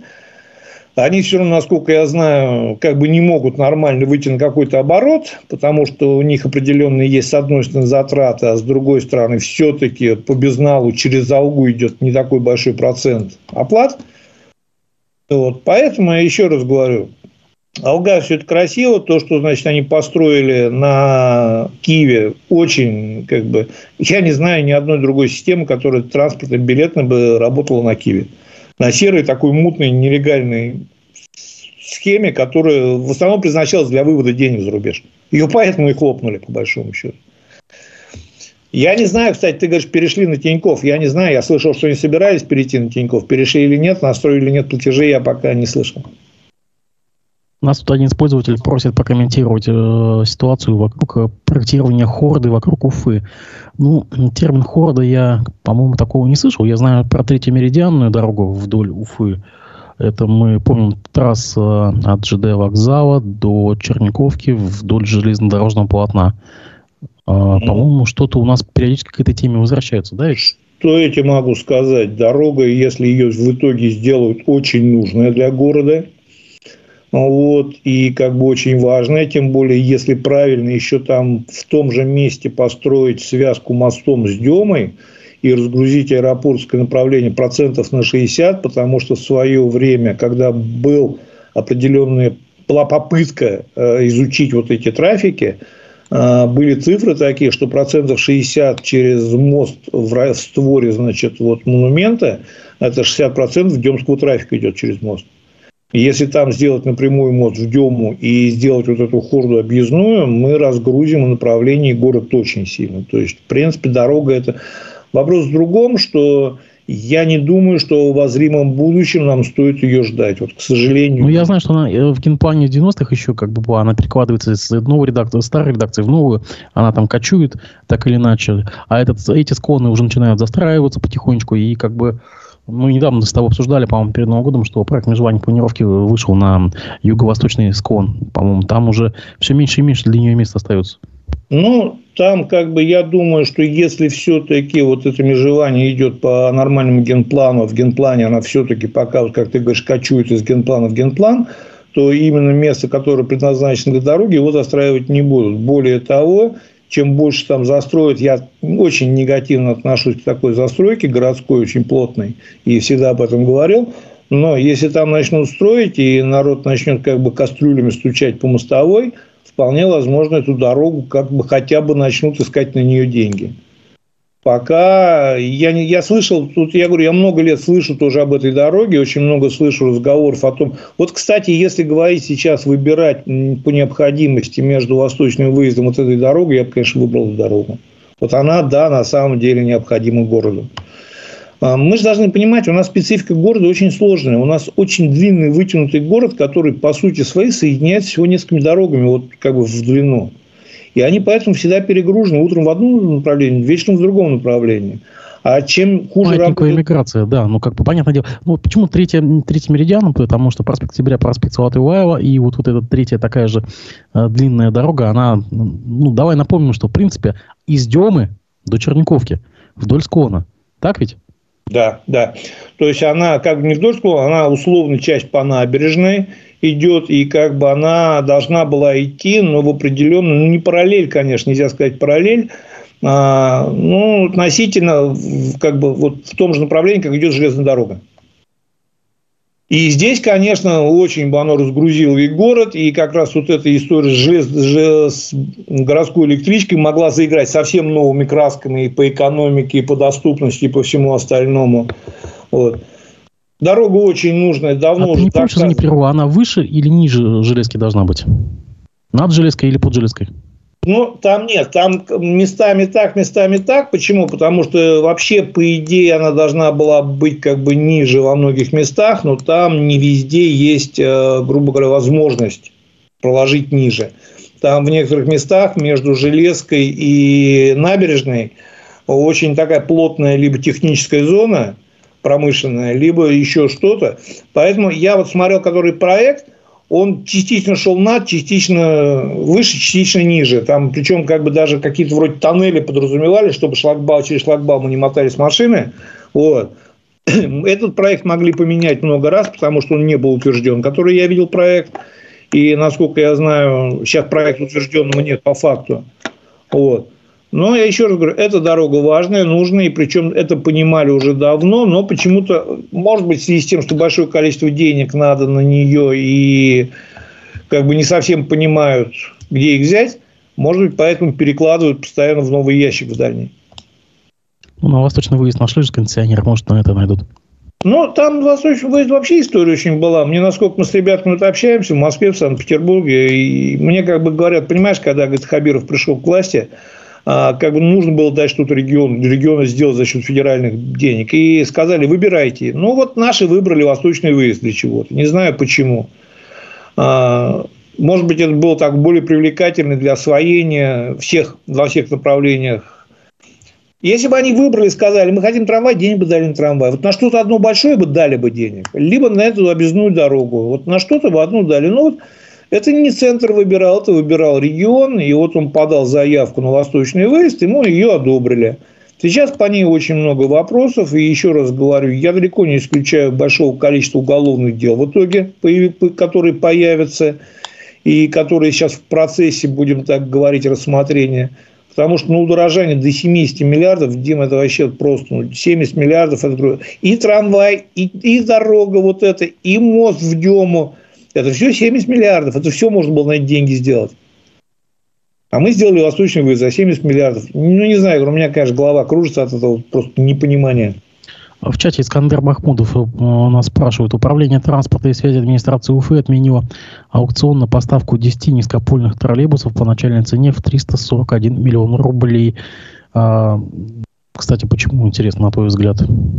они все равно, насколько я знаю, как бы не могут нормально выйти на какой-то оборот, потому что у них определенные есть, с одной стороны, затраты, а с другой стороны, все-таки по безналу через алгу идет не такой большой процент оплат. Вот. Поэтому я еще раз говорю, алга все это красиво, то, что, значит, они построили на Киеве, очень, как бы, я не знаю ни одной другой системы, которая транспортно билетно бы работала на Киеве. На серой такой мутной, нелегальной схеме, которая в основном предназначалась для вывода денег за рубеж. Ее поэтому и хлопнули, по большому счету. Я не знаю, кстати, ты говоришь, перешли на Тинькофф. Я не знаю, я слышал, что они собирались перейти на Тинькофф. Перешли или нет, настроили или нет платежей, я пока не слышал. У нас тут один пользователь просит прокомментировать э, ситуацию вокруг э, проектирования хорды вокруг Уфы. Ну, термин хорда я, по-моему, такого не слышал. Я знаю про третьемеридианную дорогу вдоль Уфы. Это мы помним трасса от ЖД вокзала до Черниковки вдоль железнодорожного полотна. Э, mm. По-моему, что-то у нас периодически к этой теме возвращается, да? Что я тебе могу сказать? Дорога, если ее в итоге сделают, очень нужная для города. Вот, и как бы очень важное, тем более, если правильно еще там в том же месте построить связку мостом с Демой и разгрузить аэропортское направление процентов на шестьдесят, потому что в свое время, когда был определенная, была попытка изучить вот эти трафики, были цифры такие, что процентов шестьдесят через мост в створе, значит, вот монумента, это шестьдесят процентов демского трафика идет через мост. Если там сделать напрямую мост в Дему и сделать вот эту хорду объездную, мы разгрузим направление город очень сильно. То есть, в принципе, дорога – это вопрос в другом, что я не думаю, что в обозримом будущем нам стоит ее ждать. Вот, к сожалению. Ну, я знаю, что она в генплане девяностых еще как бы была, она перекладывается из новой редакции, старой редакции в новую, она там кочует так или иначе. А этот, эти склоны уже начинают застраиваться потихонечку, и как бы... Мы недавно с тобой обсуждали, по-моему, перед Новым годом, что проект межевания планировки вышел на юго-восточный склон. По-моему, там уже все меньше и меньше для нее места остается. Ну, там, как бы, я думаю, что если все-таки вот это межевание идет по нормальному генплану, в генплане она все-таки пока, как ты говоришь, кочует из генплана в генплан, то именно место, которое предназначено для дороги, его застраивать не будут. Более того, чем больше там застроят, я очень негативно отношусь к такой застройке, городской, очень плотной, и всегда об этом говорил. Но если там начнут строить, и народ начнет как бы кастрюлями стучать по мостовой, вполне возможно, эту дорогу как бы хотя бы начнут искать на нее деньги. Пока я, не, я слышал, тут я говорю, я много лет слышу тоже об этой дороге, очень много слышу разговоров о том. Вот, кстати, если говорить сейчас, выбирать по необходимости между восточным выездом вот этой дорогой, я бы, конечно, выбрал эту дорогу. Вот она, да, на самом деле необходима городу. Мы же должны понимать, у нас специфика города очень сложная. У нас очень длинный вытянутый город, который, по сути своей, соединяется всего несколькими дорогами, вот как бы в длину. И они поэтому всегда перегружены. Утром в одном направлении, вечером в другом направлении. А чем хуже работает... миграция, да. Ну, как бы, понятное дело. Ну, почему третья, третий меридиан? Потому что проспект Октября, проспект Салатова и вот, вот эта третья такая же э, длинная дорога, она... Ну, давай напомним, что, в принципе, из Демы до Черниковки вдоль склона. Так ведь? Да, да. То есть, она как бы не вдоль склона, она условно часть по набережной идет, и как бы она должна была идти, но в определенном, ну, не параллель, конечно, нельзя сказать параллель, а, ну, относительно, как бы, вот в том же направлении, как идет железная дорога. И здесь, конечно, очень бы оно разгрузило весь город, и как раз вот эта история с, желез... с городской электричкой могла заиграть совсем новыми красками и по экономике, и по доступности, и по всему остальному. Вот. Дорога очень нужная, давно а уже. Ты не помнишь, за Непрерва, она выше или ниже железки должна быть? Над железкой или под железкой? Ну, там нет, там местами так, местами так. Почему? Потому что вообще, по идее, она должна была быть как бы ниже во многих местах, но там не везде есть, грубо говоря, возможность проложить ниже. Там в некоторых местах между железкой и набережной очень такая плотная либо техническая зона, промышленная, либо еще что-то. Поэтому я вот смотрел, который проект, он частично шел над, частично выше, частично ниже. Там, причем, как бы даже какие-то вроде тоннели подразумевали, чтобы шлагбаум, через шлагбаум не мотались машины. Вот. Этот проект могли поменять много раз, потому что он не был утвержден. Который я видел проект. И, насколько я знаю, сейчас проект утвержденного нет по факту. Вот. Но я еще раз говорю, эта дорога важная, нужная, и причем это понимали уже давно, но почему-то, может быть, в связи с тем, что большое количество денег надо на нее и как бы не совсем понимают, где их взять, может быть, поэтому перекладывают постоянно в новый ящик в дальний. Ну, на восточный выезд нашли же кондиционер, может, на это найдут. Ну, там восточный выезд вообще история очень была. Мне, насколько мы с ребятами общаемся в Москве, в Санкт-Петербурге, и мне как бы говорят, понимаешь, когда, говорит, Хабиров пришел к власти, как бы нужно было дать что-то региону, региону сделать за счет федеральных денег. И сказали, выбирайте. Ну, вот наши выбрали восточный выезд для чего-то. Не знаю, почему. Может быть, это было так более привлекательно для освоения всех, во всех направлениях. Если бы они выбрали и сказали, мы хотим трамвай, денег бы дали на трамвай. Вот на что-то одно большое бы дали бы денег. Либо на эту объездную дорогу. Вот на что-то бы одну дали. Ну, вот это не центр выбирал, это выбирал регион. И вот он подал заявку на восточный выезд, ему ее одобрили. Сейчас по ней очень много вопросов. И еще раз говорю, я далеко не исключаю большого количества уголовных дел в итоге, которые появятся. И которые сейчас в процессе, будем так говорить, рассмотрения. Потому что на удорожание до семьдесят миллиардов, Дима, это вообще просто ну, семьдесят миллиардов. Это и трамвай, и, и дорога вот эта, и мост в Дему. Это все семьдесят миллиардов. Это все можно было на эти деньги сделать. А мы сделали восточный выезд за семьдесят миллиардов. Ну, не знаю, у меня, конечно, голова кружится от этого просто непонимания. В чате Искандер Махмудов нас спрашивает. Управление транспорта и связи администрации Уфы отменило аукцион на поставку десяти низкопольных троллейбусов по начальной цене в триста сорок один миллион рублей. Кстати, почему, интересно, на твой взгляд?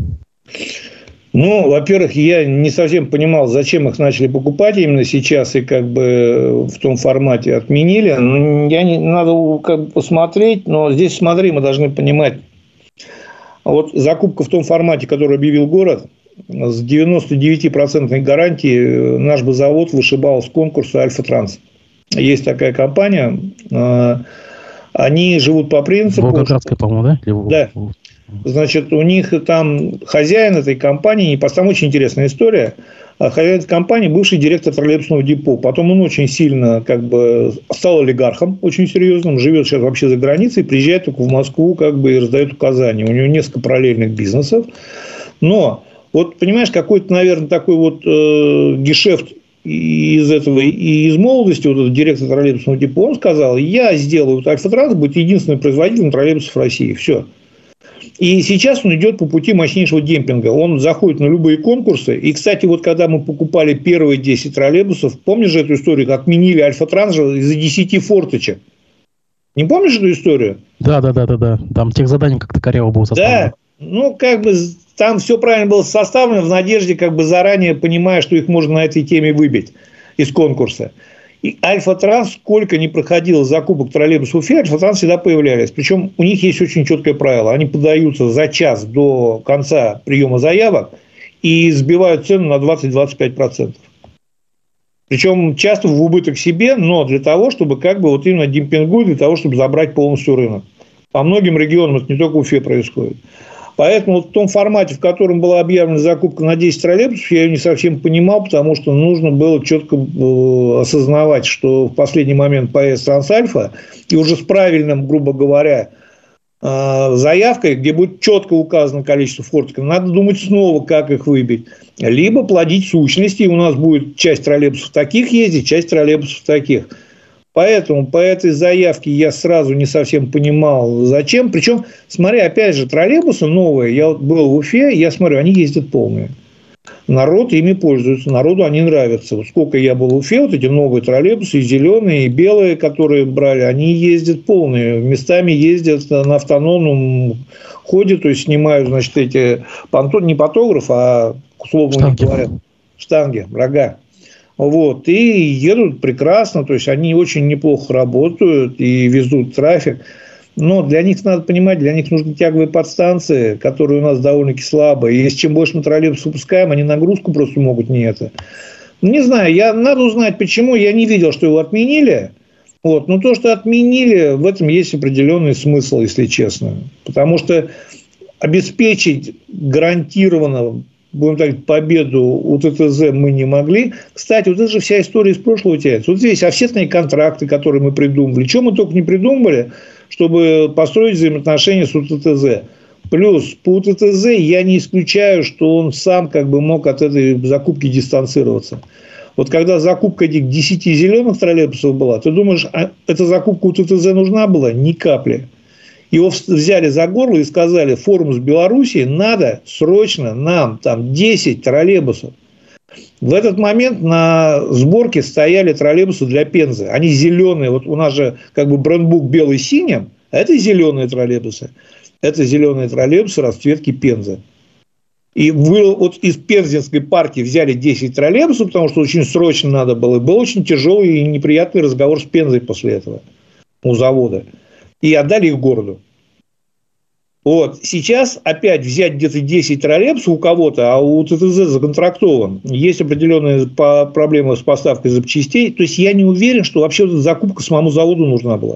Ну, во-первых, я не совсем понимал, зачем их начали покупать именно сейчас и как бы в том формате отменили. Я не, надо как бы посмотреть, но здесь, смотри, мы должны понимать. Вот закупка в том формате, который объявил город, с девяносто девять процентов гарантией наш бы завод вышибал с конкурса Альфа-Транс. Есть такая компания. Они живут по принципу... Волгоградская, по-моему, да? Да. Значит, у них там хозяин этой компании, там очень интересная история. Хозяин этой компании бывший директор троллейбусного депо. Потом он очень сильно как бы стал олигархом, очень серьезным. Живет сейчас вообще за границей, приезжает только в Москву как бы и раздает указания. У него несколько параллельных бизнесов. Но вот понимаешь, какой-то, наверное, такой вот э, гешефт из этого, и из молодости, вот этот директор троллейбусного депо, он сказал, я сделаю, вот Альфа-Транс будет единственным производителем троллейбусов в России. Все. И сейчас он идет по пути мощнейшего демпинга. Он заходит на любые конкурсы. И, кстати, вот когда мы покупали первые десять троллейбусов, помнишь же эту историю, как отменили Альфа-Транс из-за десяти форточек? Не помнишь эту историю? Да, да, да, да, да. Там техзадание как-то коряво было составлено. Да, ну, как бы там все правильно было составлено в надежде, как бы заранее понимая, что их можно на этой теме выбить из конкурса. И Альфа-Транс, сколько не проходило закупок троллейбусов в Уфе, Альфа-Транс всегда появлялись. Причем у них есть очень четкое правило. Они подаются за час до конца приема заявок и сбивают цену на двадцать-двадцать пять процентов. Причем часто в убыток себе, но для того, чтобы как бы вот именно демпингуют, для того, чтобы забрать полностью рынок. По многим регионам это не только в Уфе происходит. Поэтому вот в том формате, в котором была объявлена закупка на десять троллейбусов, я ее не совсем понимал, потому что нужно было четко осознавать, что в последний момент появится Трансальфа, и уже с правильным, грубо говоря, заявкой, где будет четко указано количество форточек, надо думать снова, как их выбить. Либо плодить сущности, и у нас будет часть троллейбусов таких ездить, часть троллейбусов таких. Поэтому по этой заявке я сразу не совсем понимал, зачем. Причем, смотри, опять же, троллейбусы новые. Я был в Уфе, я смотрю, они ездят полные. Народ ими пользуется, народу они нравятся. Вот сколько я был в Уфе, вот эти новые троллейбусы, и зеленые, и белые, которые брали, они ездят полные. Местами ездят на автономном ходе, то есть снимают, значит, эти не пантограф, а, условно говоря, штанги, рога. Вот, и едут прекрасно, то есть они очень неплохо работают и везут трафик. Но для них, надо понимать, для них нужны тяговые подстанции, которые у нас довольно-таки слабые. И если чем больше мы троллейбусов выпускаем, они нагрузку просто могут не это. Не знаю, я, надо узнать, почему. Я не видел, что его отменили. Вот. Но то, что отменили, в этом есть определенный смысл, если честно. Потому что обеспечить гарантированно, будем так говорить, победу у ТТЗ мы не могли. Кстати, вот это же вся история из прошлого тянется. Вот здесь офсетные контракты, которые мы придумывали. Чего мы только не придумывали, чтобы построить взаимоотношения с УТТЗ. Плюс по УТТЗ я не исключаю, что он сам как бы мог от этой закупки дистанцироваться. Вот когда закупка этих десяти зеленых троллейбусов была, ты думаешь, а эта закупка УТТЗ нужна была? Ни капли. Его взяли за горло и сказали, форум с Белоруссией надо срочно нам там десять троллейбусов. В этот момент на сборке стояли троллейбусы для Пензы. Они зеленые. Вот у нас же как бы брендбук белый синим, а это зеленые троллейбусы. Это зеленые троллейбусы расцветки Пензы. И вы, вот из пензенской партии взяли десять троллейбусов, потому что очень срочно надо было. И был очень тяжелый и неприятный разговор с Пензой после этого у завода. И отдали их городу. Вот. Сейчас опять взять где-то десять троллейбусов у кого-то, а у ТТЗ законтрактован. Есть определенные проблемы с поставкой запчастей. То есть, я не уверен, что вообще закупка самому заводу нужна была.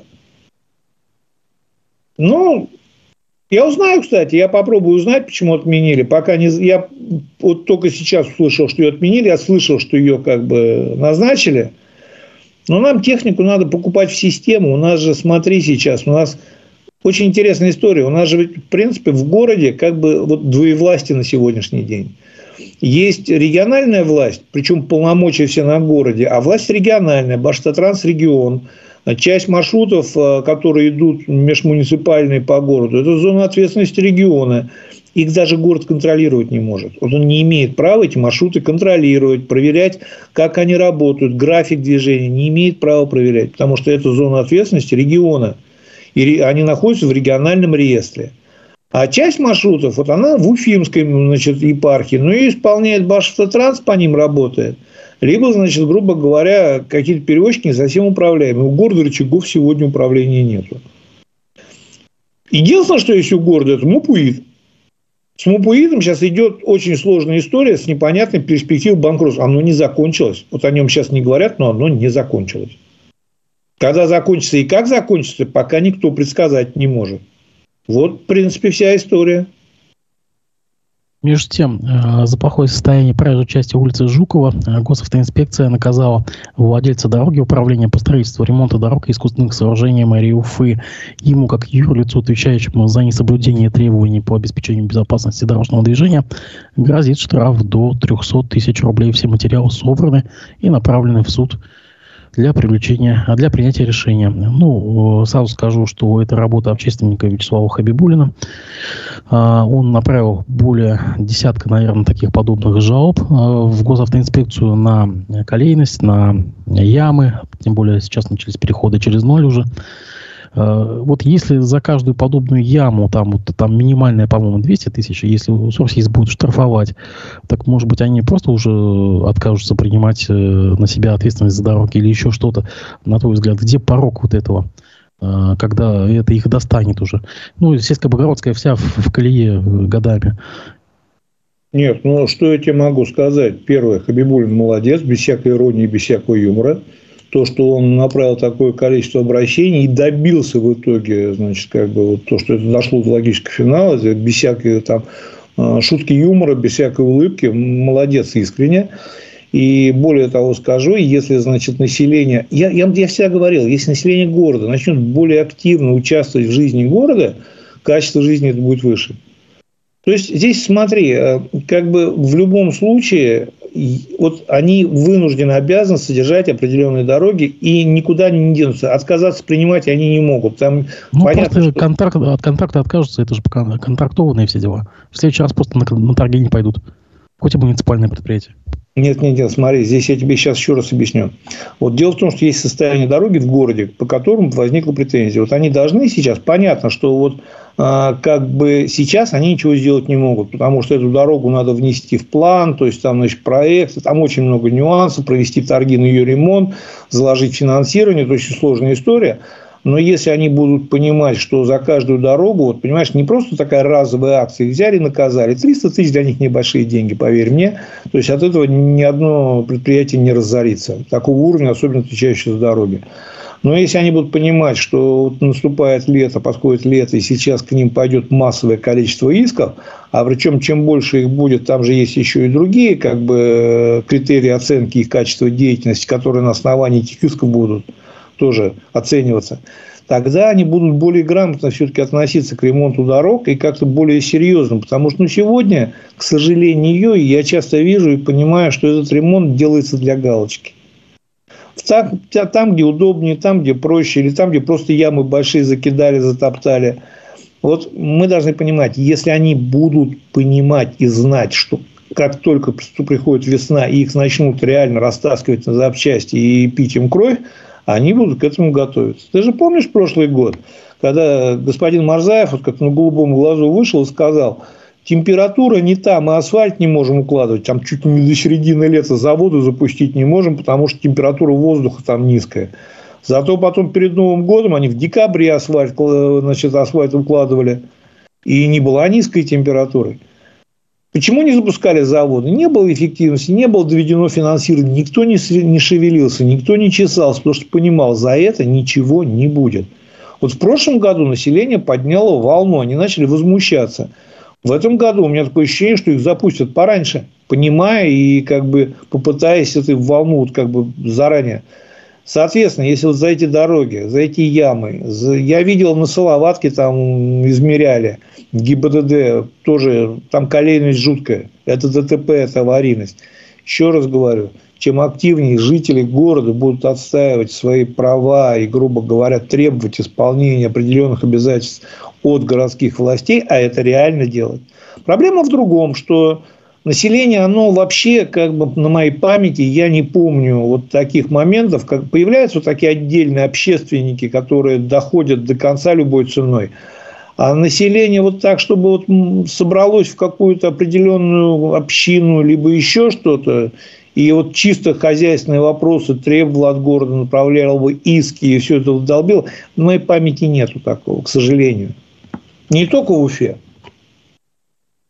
Ну, я узнаю, кстати. Я попробую узнать, почему отменили. Пока не... Я вот только сейчас услышал, что ее отменили. Я слышал, что ее как бы назначили. Но нам технику надо покупать в систему. У нас же, смотри сейчас, у нас очень интересная история. У нас же, в принципе, в городе как бы вот двоевластие на сегодняшний день. Есть региональная власть, причем полномочия все на городе, а власть региональная, Башавтотранс регион. Часть маршрутов, которые идут межмуниципальные по городу, это зона ответственности региона. Их даже город контролировать не может. Вот он не имеет права эти маршруты контролировать, проверять, как они работают, график движения. Не имеет права проверять, потому что это зона ответственности региона. И они находятся в региональном реестре. А часть маршрутов, вот она в Уфимской, значит, епархии, ну и исполняет Башавтотранс, по ним работает. Либо, значит, грубо говоря, какие-то перевозчики не совсем управляемые. У города рычагов сегодня управления нету. Единственное, что есть у города, это МУПУИД. С МУПУИДом сейчас идет очень сложная история с непонятной перспективой банкротства. Оно не закончилось. Вот о нем сейчас не говорят, но оно не закончилось. Когда закончится и как закончится, пока никто предсказать не может. Вот, в принципе, вся история. Между тем, за плохое состояние проезжей части улицы Жукова госавтоинспекция наказала владельца дороги Управления по строительству, ремонту дорог и искусственных сооружений мэрии Уфы. Ему, как юрлицу, отвечающему за несоблюдение требований по обеспечению безопасности дорожного движения, грозит штраф до триста тысяч рублей. Все материалы собраны и направлены в суд для привлечения, для принятия решения. Ну, сразу скажу, что это работа общественника Вячеслава Хабибуллина. Он направил более десятка, наверное, таких подобных жалоб в госавтоинспекцию на колейность, на ямы. Тем более сейчас начались переходы через ноль уже. Вот если за каждую подобную яму, там, вот, там минимальная, по-моему, двести тысяч, если Сурсис будет штрафовать, так, может быть, они просто уже откажутся принимать на себя ответственность за дороги или еще что-то. На твой взгляд, где порог вот этого, когда это их достанет уже? Ну, сельскобогородская вся в, в колее годами. Нет, ну, что я тебе могу сказать? Первое, Хабибуллин молодец, без всякой иронии, без всякого юмора. То, что он направил такое количество обращений и добился в итоге, значит, как бы вот то, что это дошло до логического финала, без всякой там шутки юмора, без всякой улыбки, молодец искренне. И более того скажу, если, значит, население, я, я, я всегда говорил, если население города начнет более активно участвовать в жизни города, качество жизни это будет выше. То есть здесь смотри, как бы в любом случае вот они вынуждены, обязаны содержать определенные дороги и никуда не денутся. Отказаться принимать они не могут. Там ну, понятно, просто что... контракт, от контракта откажутся, это же контрактованные все дела. В следующий раз просто на, на торги не пойдут. Хоть и муниципальное предприятие. Нет, нет, нет, смотри, здесь я тебе сейчас еще раз объясню. Вот дело в том, что есть состояние дороги в городе, по которому возникла претензия. Вот они должны сейчас, понятно, что вот а, как бы сейчас они ничего сделать не могут, потому что эту дорогу надо внести в план, то есть там, значит, проект, там очень много нюансов, провести торги на ее ремонт, заложить финансирование, это очень сложная история. Но если они будут понимать, что за каждую дорогу, вот понимаешь, не просто такая разовая акция, взяли и наказали. триста тысяч для них небольшие деньги, поверь мне. То есть от этого ни одно предприятие не разорится. Такого уровня, особенно отвечающего за дороги. Но если они будут понимать, что вот наступает лето, подходит лето, и сейчас к ним пойдет массовое количество исков, а причем чем больше их будет, там же есть еще и другие как бы, критерии оценки их качества деятельности, которые на основании этих исков будут тоже оцениваться, тогда они будут более грамотно все-таки относиться к ремонту дорог и как-то более серьезно. Потому что ну, сегодня, к сожалению, я часто вижу и понимаю, что этот ремонт делается для галочки. Там, там, где удобнее, там, где проще, или там, где просто ямы большие закидали, затоптали. Вот мы должны понимать, если они будут понимать и знать, что как только приходит весна, и их начнут реально растаскивать на запчасти и пить им кровь, они будут к этому готовиться. Ты же помнишь прошлый год, когда господин Марзаев, вот как на голубом глазу вышел и сказал, температура не та, мы асфальт не можем укладывать, там чуть ли не до середины лета заводы запустить не можем, потому что температура воздуха там низкая. Зато потом перед Новым годом они в декабре асфальт, значит, асфальт укладывали, и не была низкой температурой. Почему не запускали заводы? Не было эффективности, не было доведено финансирование, никто не шевелился, никто не чесался, потому что понимал, за это ничего не будет. Вот в прошлом году население подняло волну, они начали возмущаться. В этом году у меня такое ощущение, что их запустят пораньше, понимая и как бы попытаясь эту волну вот как бы заранее. Соответственно, если вот за эти дороги, за эти ямы, за... я видел на Салаватке там измеряли, ГИБДД тоже, там колейность жуткая, это ДТП, это аварийность. Еще раз говорю, чем активнее жители города будут отстаивать свои права и, грубо говоря, требовать исполнения определенных обязательств от городских властей, а это реально делать. Проблема в другом, что население, оно вообще, как бы на моей памяти, я не помню вот таких моментов, как появляются вот такие отдельные общественники, которые доходят до конца любой ценой. А население вот так, чтобы вот собралось в какую-то определенную общину, либо еще что-то, и вот чисто хозяйственные вопросы требовало от города, направляло бы иски и все это вдолбило, на моей памяти нету такого, к сожалению. Не только в Уфе.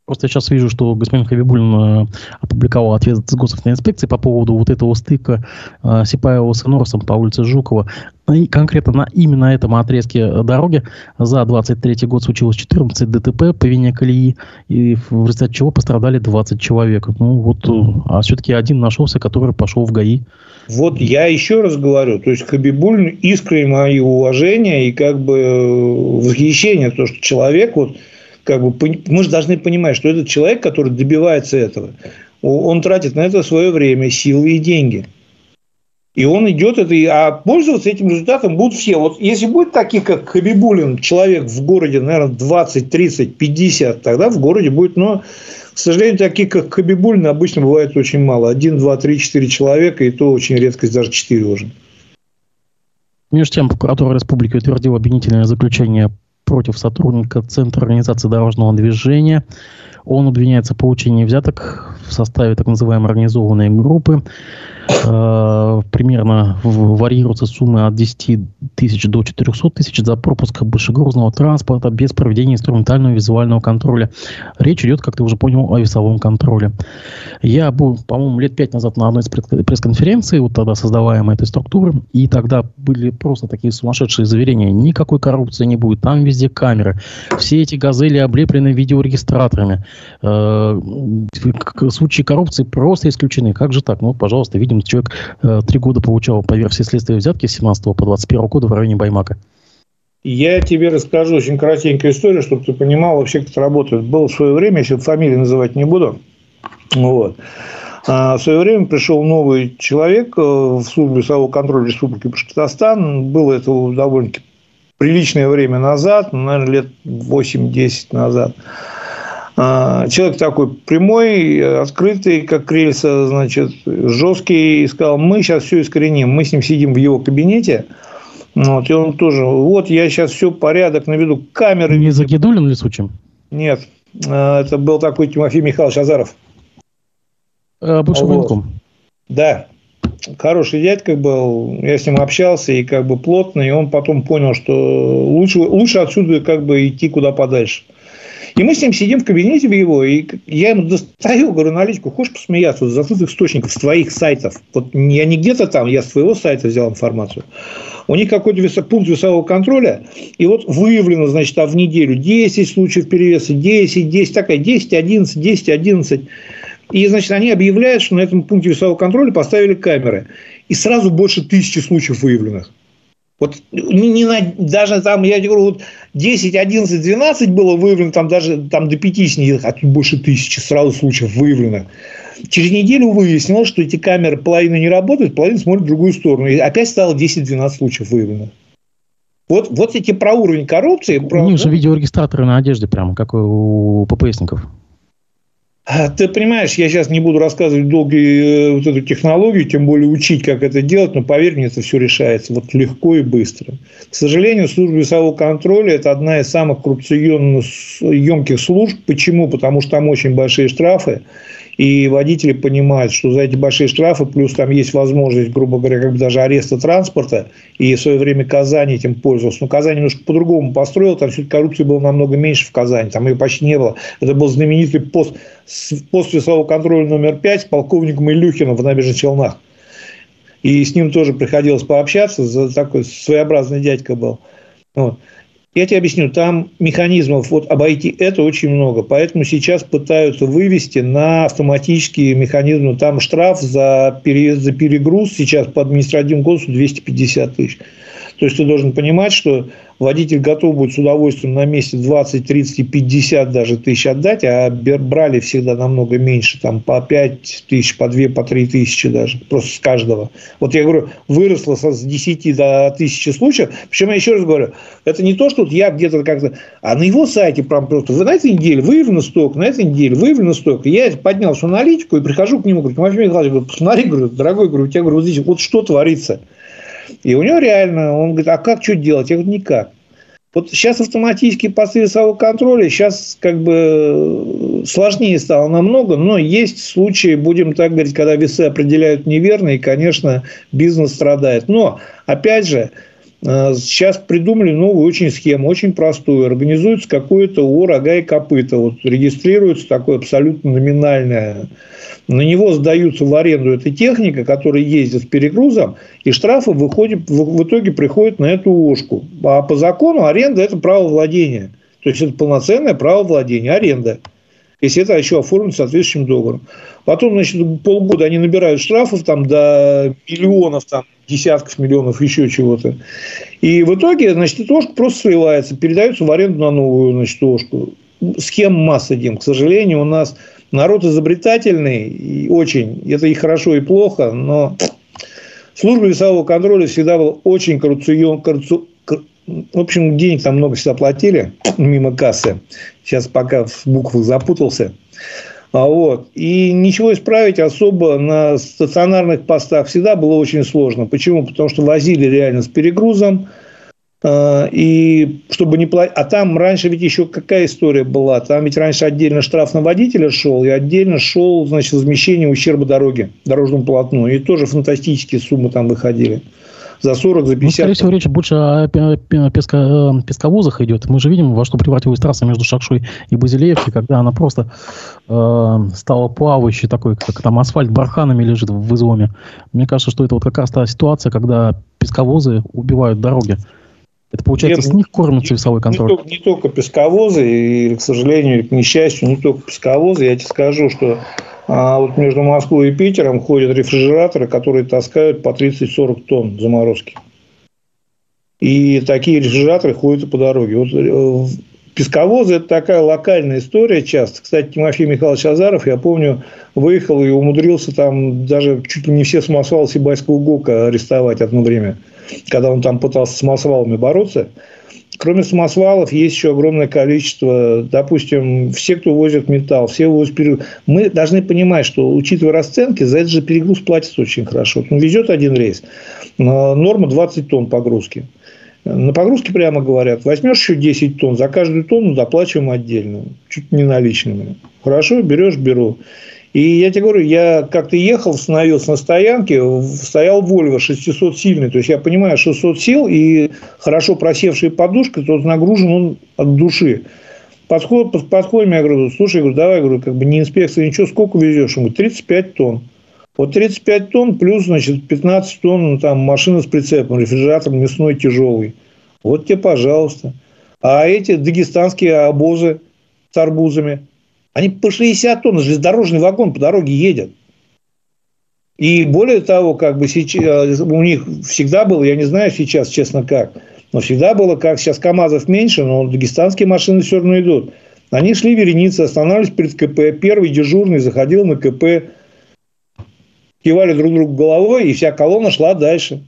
Просто я сейчас вижу, что господин Хабибуллин опубликовал ответ государственной инспекции по поводу вот этого стыка э, Сипаева с Норсом по улице Жукова. И конкретно на именно этом отрезке дороги за двадцать третий год случилось четырнадцать ДТП по вине колеи, и в результате чего пострадали двадцать человек. Ну вот, а все-таки один нашелся, который пошел в ГАИ. Вот я еще раз говорю, то есть Хабибуллин искренне мои уважения и как бы восхищение, то, что человек вот как бы, мы же должны понимать, что этот человек, который добивается этого, он тратит на это свое время, силы и деньги. И он идет, это, а пользоваться этим результатом будут все. Вот если будет таких, как Хабибуллин, человек в городе, наверное, двадцать, тридцать, пятьдесят, тогда в городе будет, но, к сожалению, таких, как Хабибуллин, обычно бывает очень мало. Один, два, три, четыре человека, и то очень редкость, даже четыре уже. Между тем, прокуратура республики утвердила обвинительное заключение против сотрудника Центра организации дорожного движения. Он обвиняется в получении взяток в составе так называемой организованной группы. Э, примерно варьируются суммы от десяти тысяч до четырехсот тысяч за пропуск большегрузного транспорта без проведения инструментального и визуального контроля. Речь идет, как ты уже понял, о весовом контроле. Я был, по-моему, лет пять назад на одной из пресс-конференций, вот тогда создаваемой этой структуры, и тогда были просто такие сумасшедшие заверения. Никакой коррупции не будет, там везде камеры. Все эти газели облеплены видеорегистраторами. Э, случаи коррупции просто исключены. Как же так? Ну, пожалуйста, видим, человек э, три года получал по версии следствия взятки с семнадцатого по двадцать первый года в районе Баймака. Я тебе расскажу очень коротенькую историю, чтобы ты понимал вообще, как это работает. Было в свое время, если фамилии называть не буду, вот. А в свое время пришел новый человек в службу весового контроля Республики Башкортостан. Было это довольно-таки приличное время назад, наверное, лет восемь-десять назад. Человек такой прямой, открытый, как рельса, значит, жесткий, и сказал: мы сейчас все искореним. Мы с ним сидим в его кабинете. Вот, и он тоже: вот я сейчас все порядок наведу, камеры. Не Загидуллин ли случаем? Нет, это был такой Тимофей Михайлович Азаров. А, бывший военком. Да. Хороший дядька был, я с ним общался, и как бы плотно, и он потом понял, что лучше, лучше отсюда как бы идти куда подальше. И мы с ним сидим в кабинете в его, и я ему достаю, говорю: аналитику, хочешь посмеяться вот, с закрытых источников, с твоих сайтов? Вот я не где-то там, я с твоего сайта взял информацию. У них какой-то весо, пункт весового контроля, и вот выявлено, значит, а в неделю десять случаев перевеса, десять, десять, такая, десять, одиннадцать, десять, одиннадцать. И, значит, они объявляют, что на этом пункте весового контроля поставили камеры. И сразу больше тысячи случаев выявленных. Вот не, не на, даже там, я говорю, вот десять, одиннадцать, двенадцать было выявлено, там даже там до пятидесяти, а тут больше тысячи сразу случаев выявлено. Через неделю выяснилось, что эти камеры половина не работают, половина смотрит в другую сторону. И опять стало десять-двенадцать случаев выявлено. Вот, вот эти про уровень коррупции. У них же видеорегистраторы на одежде прямо, как у ППСников. Ты понимаешь, я сейчас не буду рассказывать долгую вот эту технологию, тем более учить, как это делать, но поверь мне, это все решается вот легко и быстро. К сожалению, служба весового контроля – это одна из самых коррупционно-емких служб. Почему? Потому что там очень большие штрафы, и водители понимают, что за эти большие штрафы, плюс там есть возможность, грубо говоря, как бы даже ареста транспорта, и в свое время Казань этим пользовался. Но Казань немножко по-другому построил, там все-таки коррупции было намного меньше в Казани, там ее почти не было. Это был знаменитый пост, пост весового контроля номер пять с полковником Илюхиным в Набережных Челнах. И с ним тоже приходилось пообщаться, такой своеобразный дядька был. Вот. Я тебе объясню, там механизмов вот обойти это очень много, поэтому сейчас пытаются вывести на автоматические механизмы. Там штраф за переезд, за перегруз сейчас по административному кодексу двести пятьдесят тысяч. То есть ты должен понимать, что водитель готов будет с удовольствием на месте двадцать, тридцать, пятьдесят даже тысяч отдать, а брали всегда намного меньше, там по пять тысяч, по две, по три тысячи даже, просто с каждого. Вот я говорю, выросло с десяти до тысячи случаев. Причем я еще раз говорю, это не то, что я где-то как-то, а на его сайте прям просто, вы на этой неделе выявлено столько, на этой неделе выявлено столько. Я поднял всю аналитику и прихожу к нему, говорю: Тимофей Михайлович, говорю, посмотри, говорю, дорогой, говорю, у тебя, говорю, вот здесь вот что творится. И у него реально, он говорит: а как, что делать? Я говорю: никак. Вот сейчас автоматические посты весового контроля, сейчас как бы сложнее стало намного, но есть случаи, будем так говорить, когда весы определяют неверно, и, конечно, бизнес страдает. Но, опять же, Сейчас придумали новую очень схему, очень простую. Организуется какое-то ООО «Рога и копыта». Вот регистрируется такое абсолютно номинальное. На него сдаются в аренду эта техника, которая ездит с перегрузом, и штрафы выходят, в итоге приходят на эту ООшку. А по закону аренда – это право владения. То есть, это полноценное право владения, аренда. Если это еще оформлено соответствующим договором. Потом, значит, полгода они набирают штрафов там, до миллионов, там, десятков миллионов, еще чего-то. И в итоге, значит, эта ООшка просто сливается, передается в аренду на новую, значит, ООшку. Схем масса, Дим. К сожалению, у нас народ изобретательный, и очень. Это и хорошо, и плохо, но служба весового контроля всегда была очень коррупционной. Коррупци... В общем, денег там много всегда платили мимо кассы. Сейчас пока в буквах запутался. А вот. И ничего исправить особо на стационарных постах всегда было очень сложно. Почему? Потому что возили реально с перегрузом. И чтобы не платить. А там раньше ведь еще какая история была? Там ведь раньше отдельно штраф на водителя шел, и отдельно шел, значит, возмещение ущерба дороге, дорожному полотну. И тоже фантастические суммы там выходили. За сорок, за пятьдесят. Ну, скорее всего, речь больше о песко, песковозах идет. Мы же видим, во что превратилась трасса между Шакшой и Базилеевкой, когда она просто э, стала плавающей такой, как там асфальт барханами лежит в изломе. Мне кажется, что это вот как раз та ситуация, когда песковозы убивают дороги. Это, получается, Нет, с них кормится весовой контроль? Не только, не только песковозы, и, к сожалению, к несчастью, не только песковозы. Я тебе скажу, что а, вот между Москвой и Питером ходят рефрижераторы, которые таскают по тридцать-сорок тонн заморозки. И такие рефрижераторы ходят и по дороге. Вот, песковозы – это такая локальная история часто. Кстати, Тимофей Михайлович Азаров, я помню, выехал и умудрился там даже чуть ли не все самосвалы Сибайского ГОКа арестовать одно время, когда он там пытался с самосвалами бороться. Кроме самосвалов, есть еще огромное количество, допустим, все, кто возит металл, все возят перегруз. Мы должны понимать, что, учитывая расценки, за этот же перегруз платится очень хорошо. Он везет один рейс, норма двадцать тонн погрузки. На погрузке прямо говорят, возьмешь еще десять тонн, за каждую тонну доплачиваем отдельно, чуть не наличными. Хорошо, берешь, беру. И я тебе говорю, я как-то ехал, становился на стоянке, стоял Volvo шестисотсильный. То есть, я понимаю, шестьсот сил и хорошо просевшая подушка, то нагружен он от души. Подход, подходим, я говорю, слушай, я говорю, давай, говорю, как бы не инспекция, ничего, сколько везешь? Он говорит, тридцать пять тонн. Вот тридцать пять тонн плюс, значит, пятнадцать тонн, ну, там, машина с прицепом, рефрижератор мясной тяжелый. Вот тебе, пожалуйста. А эти дагестанские обозы с арбузами, они по шестьдесят тонн, железнодорожный вагон по дороге едет. И более того, как бы сейчас, у них всегда было, я не знаю сейчас, честно, как, но всегда было как, сейчас КАМАЗов меньше, но дагестанские машины все равно идут. Они шли вереницы, останавливались перед КП, первый дежурный заходил на КП, кивали друг другу головой, и вся колонна шла дальше.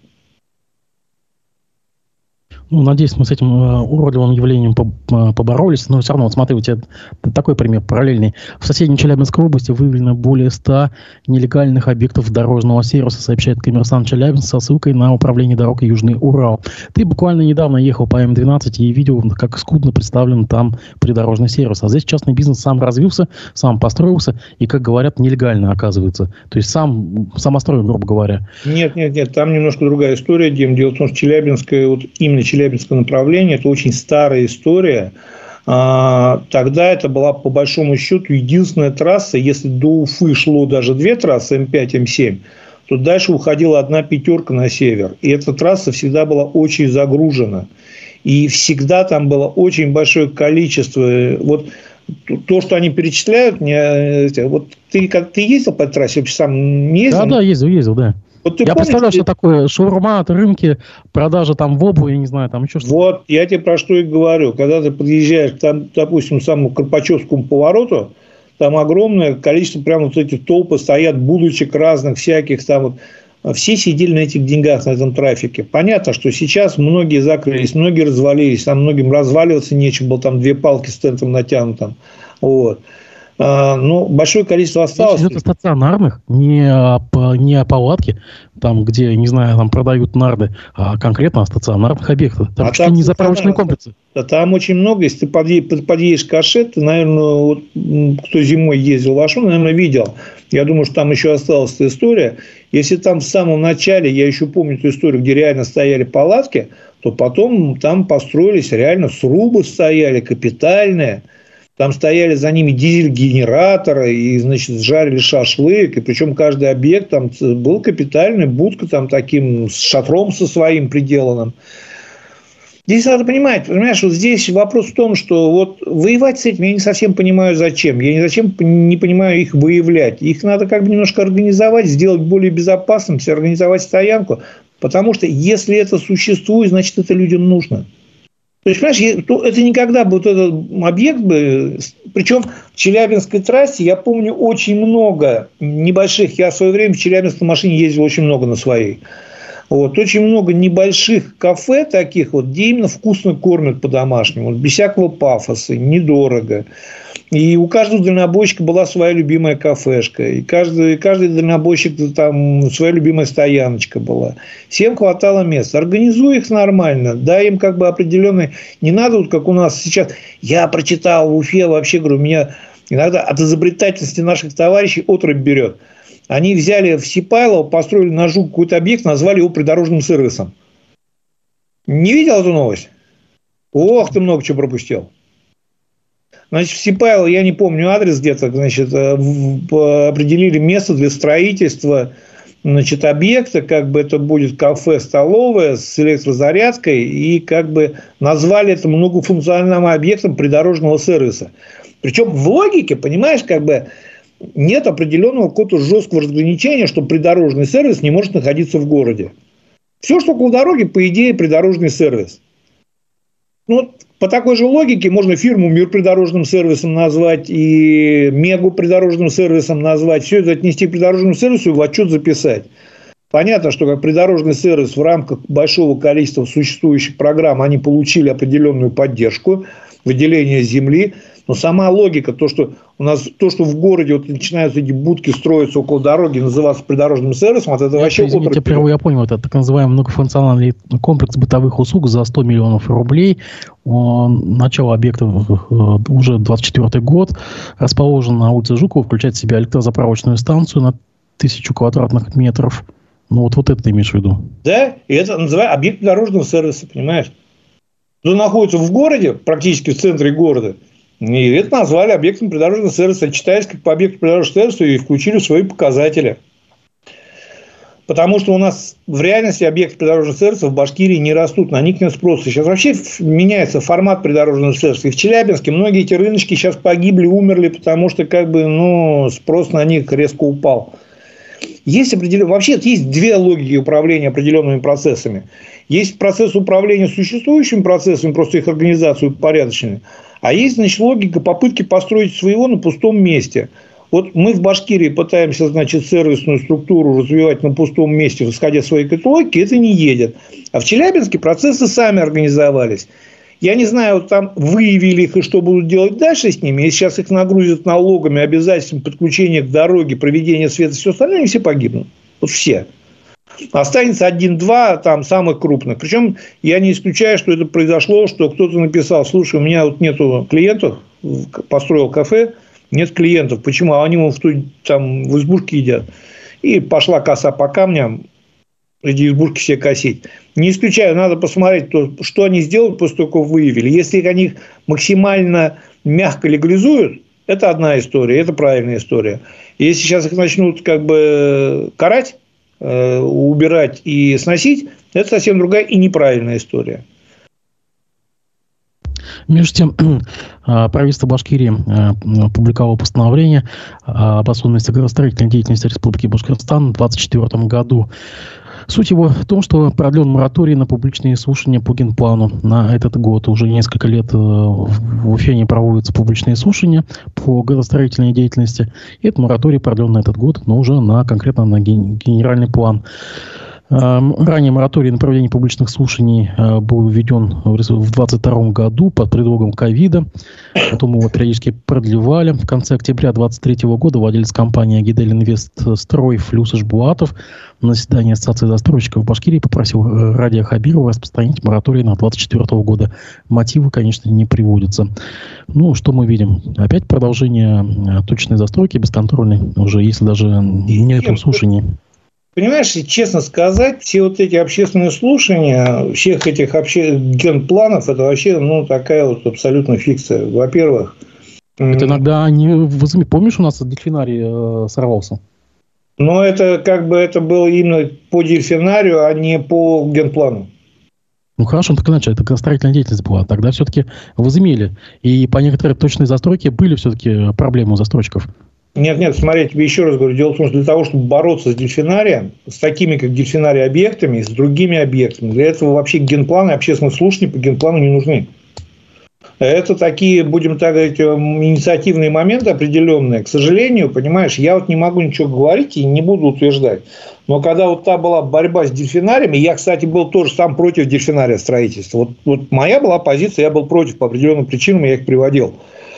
Ну, надеюсь, мы с этим э, уродливым явлением поборолись, но все равно, вот смотри, у тебя такой пример параллельный. В соседней Челябинской области выявлено более ста нелегальных объектов дорожного сервиса, сообщает «Коммерсант Челябинск» со ссылкой на управление дорог Южный Урал. Ты буквально недавно ехал по М двенадцать и видел, как скудно представлен там придорожный сервис. А здесь частный бизнес сам развился, сам построился и, как говорят, нелегально оказывается. То есть, сам, самостроен, грубо говоря. Нет, нет, нет, там немножко другая история, Дим. Дело в том, что Челябинская, вот именно Челябинская, Челябинское направление, это очень старая история. Тогда это была, по большому счету, единственная трасса. Если до Уфы шло даже две трассы, М пять, М семь, то дальше уходила одна пятерка на север. И эта трасса всегда была очень загружена. И всегда там было очень большое количество. Вот то, что они перечисляют, мне, вот ты как ты ездил по трассе, вообще сам не ездил? Да, да, ездил, ездил, да. Вот я помнишь, представляю, что такое шаурма от рынки, продажа там в обуви, я не знаю, там еще что-то. Вот, я тебе про что и говорю. Когда ты подъезжаешь к, там, допустим, к самому Карпачевскому повороту, там огромное количество, прям вот эти толпы стоят, булочек разных всяких там. Вот. Все сидели на этих деньгах, на этом трафике. Понятно, что сейчас многие закрылись, многие развалились, там многим разваливаться нечем, было там две палки с тентом натянутым. Вот. Ну, большое количество осталось. Речь идет о стационарных, не о, не о палатке, там, где, не знаю, там продают нарды, а конкретно о стационарных объектах. Там, а там не заправочные комплексы. Да, там очень много. Если ты подъедешь, подъедешь к Кашет, ты, наверное, вот, кто зимой ездил в Ашу, наверное, видел. Я думаю, что там еще осталась эта история. Если там в самом начале, я еще помню эту историю, где реально стояли палатки, то потом там построились реально срубы стояли, капитальные. Там стояли за ними дизель-генераторы и, значит, жарили шашлык. И причем каждый объект там был капитальный, будка там таким с шатром со своим приделанным. Здесь надо понимать, понимаешь, вот здесь вопрос в том, что вот воевать с этим я не совсем понимаю зачем. Я не зачем не понимаю их выявлять. Их надо как бы немножко организовать, сделать более безопасным, организовать стоянку. Потому что если это существует, значит, это людям нужно. То есть, понимаешь, это никогда бы вот этот объект бы... Причем в Челябинской трассе, я помню, очень много небольших... Я в свое время в Челябинск на машине ездил очень много на своей. Вот, очень много небольших кафе таких, вот, где именно вкусно кормят по-домашнему. Вот, без всякого пафоса, недорого. И у каждого дальнобойщика была своя любимая кафешка. И каждый, каждый дальнобойщик там своя любимая стояночка была. Всем хватало места. Организуй их нормально. Дай им как бы определенные... Не надо, вот как у нас сейчас... Я прочитал в Уфе, вообще, говорю, меня иногда от изобретательности наших товарищей отрыбь берет. Они взяли в Сипайлово, построили на Жук какой-то объект, назвали его придорожным сервисом. Не видел эту новость? Ох, ты много чего пропустил. Значит, в Сипайлово, я не помню адрес где-то, значит, определили место для строительства, значит, объекта, как бы это будет кафе, столовая с электрозарядкой, и как бы назвали это многофункциональным объектом придорожного сервиса. Причем в логике, понимаешь, как бы нет определенного какого-то жесткого разграничения, что придорожный сервис не может находиться в городе. Все, что около дороги, по идее, придорожный сервис. Ну, по такой же логике можно фирму «Мир придорожным сервисом» назвать и «Мегу придорожным сервисом» назвать. Все это отнести к придорожному сервису и в отчет записать. Понятно, что как придорожный сервис в рамках большого количества существующих программ они получили определенную поддержку, выделение земли. Но сама логика, то, что у нас, то, что в городе вот начинаются эти будки строиться около дороги, называться придорожным сервисом, вот это я вообще... Извините, прямо я понял, это так называемый многофункциональный комплекс бытовых услуг за сто миллионов рублей. Начало объекта уже двадцать четвёртый год. Расположен на улице Жукова, включает в себя электрозаправочную станцию на тысячу квадратных метров. Ну, вот, вот это ты имеешь в виду. Да, и это называется объект дорожного сервиса, понимаешь? Он находится в городе, практически в центре города. И это назвали объектом придорожного сервиса. Читаясь как по объекту придорожного сервиса и включили в свои показатели. Потому что у нас в реальности объекты придорожного сервиса в Башкирии не растут. На них нет спроса. Сейчас вообще меняется формат придорожного сервиса. И в Челябинске многие эти рыночки сейчас погибли, умерли, потому что как бы, ну, спрос на них резко упал. Есть определен... Вообще есть две логики управления определенными процессами. Есть процесс управления существующими процессами, просто их организацию упорядоченной. А есть, значит, логика попытки построить своего на пустом месте. Вот мы в Башкирии пытаемся, значит, сервисную структуру развивать на пустом месте, исходя из своей логики, это не едет. А в Челябинске процессы сами организовались. Я не знаю, вот там выявили их и что будут делать дальше с ними. Если сейчас их нагрузят налогами, обязательством подключения к дороге, проведения света, все остальное, они все погибнут. Вот все. Останется один-два там самых крупных. Причем я не исключаю, что это произошло, что кто-то написал: слушай, у меня вот нету клиентов, построил кафе, нет клиентов. Почему? А они вон в, той, там, в избушке едят. И пошла коса по камням, эти избушки все косить. Не исключаю, надо посмотреть, то, что они сделают после того, как выявили. Если они их максимально мягко легализуют, это одна история, это правильная история. Если сейчас их начнут как бы карать, убирать и сносить, это совсем другая и неправильная история. Между тем, правительство Башкирии опубликовало постановление об особенностях градостроительной деятельности Республики Башкортостан в две тысячи двадцать четвёртом году. Суть его в том, что продлен мораторий на публичные слушания по генплану на этот год. Уже несколько лет в Уфе не проводятся публичные слушания по градостроительной деятельности. И этот мораторий продлен на этот год, но уже на, конкретно на генеральный план. Ранее мораторий на проведение публичных слушаний был введен в две тысячи двадцать втором году под предлогом ковида. Потом его периодически продлевали. В конце октября две тысячи двадцать третьего года владелец компании «Агидель Инвестстрой» Флюс Ишбулатов на заседании Ассоциации застройщиков Башкирии попросил Радия Хабирова распространить мораторий на две тысячи двадцать четвёртого года. Мотивы, конечно, не приводятся. Ну, что мы видим? Опять продолжение точечной застройки, бесконтрольной, уже если даже нет слушаний. Понимаешь, честно сказать, все вот эти общественные слушания, всех этих обще... генпланов, это вообще, ну, такая вот абсолютно фикция. Во-первых... Это иногда они... Помнишь, у нас дельфинарий э, сорвался? Но это как бы это было именно по дельфинарию, а не по генплану. Ну, хорошо, так иначе, это строительная деятельность была. Тогда все-таки возымели. И по некоторой точной застройке были все-таки проблемы у застройщиков. Нет, нет, смотри, я тебе еще раз говорю. Дело в том, что для того, чтобы бороться с дельфинарием, с такими, как дельфинарий, объектами, с другими объектами, для этого вообще генпланы, общественные слушания по генплану не нужны. Это такие, будем так говорить, инициативные моменты определенные. К сожалению, понимаешь, я вот не могу ничего говорить и не буду утверждать. Но когда вот та была борьба с дельфинариями, я, кстати, был тоже сам против дельфинария строительства. Вот, вот моя была позиция, я был против по определенным причинам, я их приводил.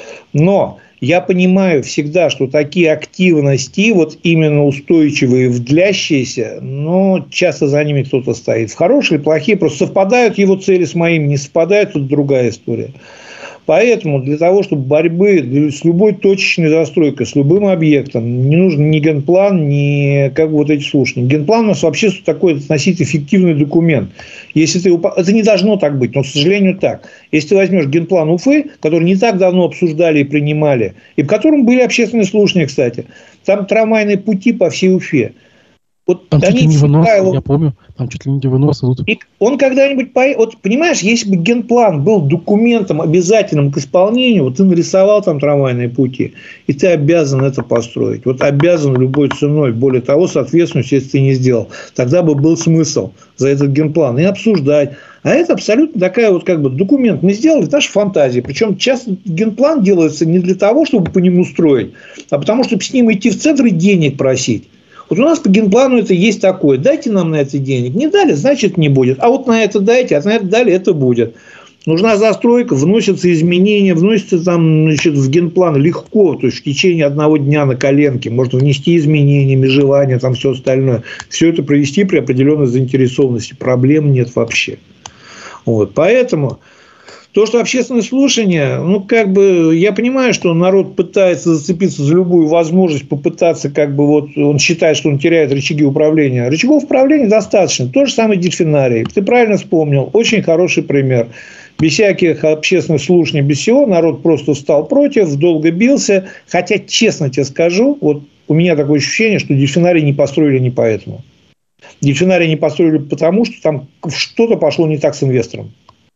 Но я понимаю всегда, что такие активности, вот именно устойчивые, вдлящиеся, но часто за ними кто-то стоит. В хорошие, плохие, просто совпадают его цели с моими, не совпадают, тут другая история. Поэтому для того, чтобы борьбы с любой точечной застройкой, с любым объектом, не нужен ни генплан, ни как бы вот эти слушания. Генплан у нас вообще такой относительно фиктивный документ. Если ты... Это не должно так быть, но, к сожалению, так. Если ты возьмешь генплан Уфы, который не так давно обсуждали и принимали, и в котором были общественные слушания, кстати, там трамвайные пути по всей Уфе. Вот там чуть ли не вынос, я помню, там чуть ли не вынос идут. И он когда-нибудь... По... Вот, понимаешь, если бы генплан был документом обязательным к исполнению, вот ты нарисовал там трамвайные пути, и ты обязан это построить. Вот обязан любой ценой. Более того, с ответственностью, если ты не сделал. Тогда бы был смысл за этот генплан и обсуждать. А это абсолютно такая вот как бы документ. Мы сделали, это наша фантазия. Причем часто генплан делается не для того, чтобы по нему строить, а потому, чтобы с ним идти в центр и денег просить. Вот у нас по генплану это есть такое. Дайте нам на это денег. Не дали, значит, не будет. А вот на это дайте, а на это дали, это будет. Нужна застройка, вносятся изменения, вносятся там, значит, в генплан легко. То есть, в течение одного дня на коленке можно внести изменения, межевания, там все остальное. Все это провести при определенной заинтересованности. Проблем нет вообще. Вот. Поэтому... То, что общественное слушание, ну, как бы, я понимаю, что народ пытается зацепиться за любую возможность, попытаться, как бы, вот, он считает, что он теряет рычаги управления. Рычагов управления достаточно. То же самое дельфинарий. Ты правильно вспомнил. Очень хороший пример. Без всяких общественных слушаний, без всего, народ просто встал против, долго бился. Хотя, честно тебе скажу, вот у меня такое ощущение, что дельфинарий не построили не поэтому. Дельфинарий не построили потому, что там что-то пошло не так с инвестором.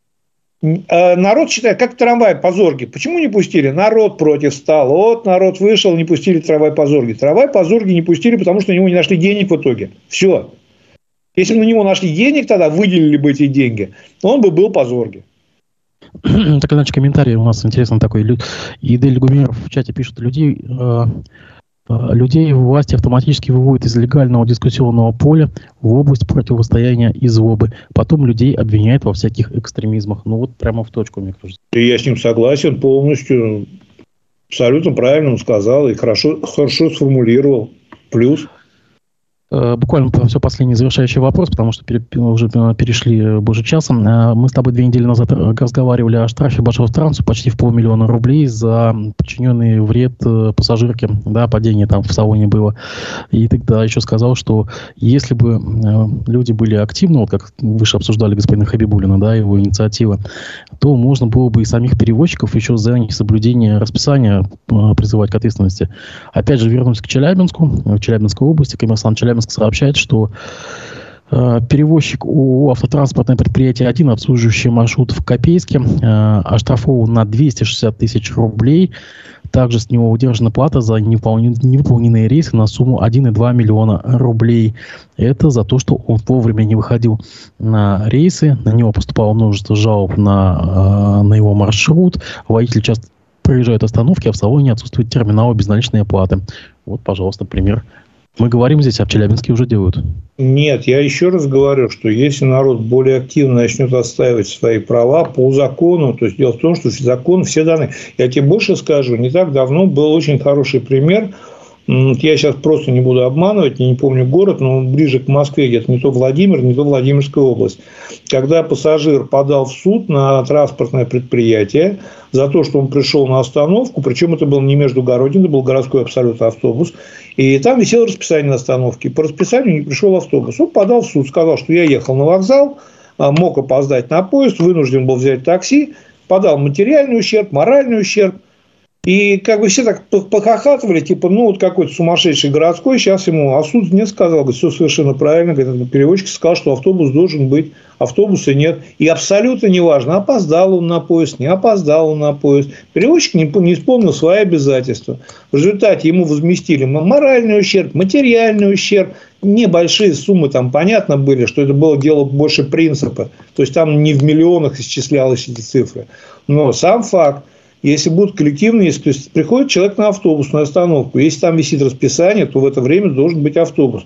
Народ считает, как трамвай по Зорге. Почему не пустили? Народ против стал. Вот народ вышел, не пустили трамвай по Зорге. Трамвай по Зорге не пустили, потому что на него не нашли денег в итоге. Все. Если бы на него нашли денег, тогда выделили бы эти деньги, он бы был по Зорге. Так иначе комментарий у нас интересный такой. Идель Гумеров в чате пишет: людей... Людей власти автоматически выводят из легального дискуссионного поля в область противостояния и злобы. Потом людей обвиняют во всяких экстремизмах. Ну, вот прямо в точку, мне кажется. И я с ним согласен полностью. Абсолютно правильно он сказал и хорошо, хорошо сформулировал. Плюс. Буквально все последний завершающий вопрос, потому что уже перешли больше часа. Мы с тобой две недели назад разговаривали о штрафе Башавтрансу почти в полмиллиона рублей за причиненный вред пассажирке, да, падение там в салоне было. И тогда еще сказал, что если бы люди были активны, вот как выше обсуждали господина Хабибуллина, да, его инициатива, то можно было бы и самих перевозчиков еще за несоблюдение расписания призывать к ответственности. Опять же, вернусь к Челябинску, к Челябинской области. Коммерсант Челябинск сообщает, что э, перевозчик ООО «Автотранспортное предприятие один», обслуживающий маршрут в Копейске, э, оштрафован на двести шестьдесят тысяч рублей. Также с него удержана плата за невыполненные, невыполненные рейсы на сумму один и два миллиона рублей. Это за то, что он вовремя не выходил на рейсы. На него поступало множество жалоб на, э, на его маршрут. Водитель часто проезжает остановки, а в салоне отсутствует терминал безналичной оплаты. Вот, пожалуйста, пример. Мы говорим здесь, а в Челябинске уже делают. Нет, я еще раз говорю, что если народ более активно начнет отстаивать свои права по закону, то есть дело в том, что закон все данные. Я тебе больше скажу, не так давно был очень хороший пример Я сейчас просто не буду обманывать, я не помню город, но ближе к Москве, где-то не то Владимир, не то Владимирская область. Когда пассажир подал в суд на транспортное предприятие за то, что он пришел на остановку, причем это был не междугородний, это был городской абсолютно автобус, и там висело расписание на остановке. По расписанию не пришел автобус. Он подал в суд, сказал, что я ехал на вокзал, мог опоздать на поезд, вынужден был взять такси, подал материальный ущерб, моральный ущерб. И как бы все так похохатывали, типа, ну, вот какой-то сумасшедший городской, сейчас ему, а суд мне сказал, говорит, все совершенно правильно, говорит, перевозчик сказал, что автобус должен быть, автобуса нет. И абсолютно неважно, опоздал он на поезд, не опоздал он на поезд. Перевозчик не, не исполнил свои обязательства. В результате ему возместили моральный ущерб, материальный ущерб. Небольшие суммы там, понятно, были, что это было дело больше принципа. То есть, там не в миллионах исчислялись эти цифры. Но сам факт. Если будут коллективные, если приходит человек на автобусную остановку, если там висит расписание, то в это время должен быть автобус.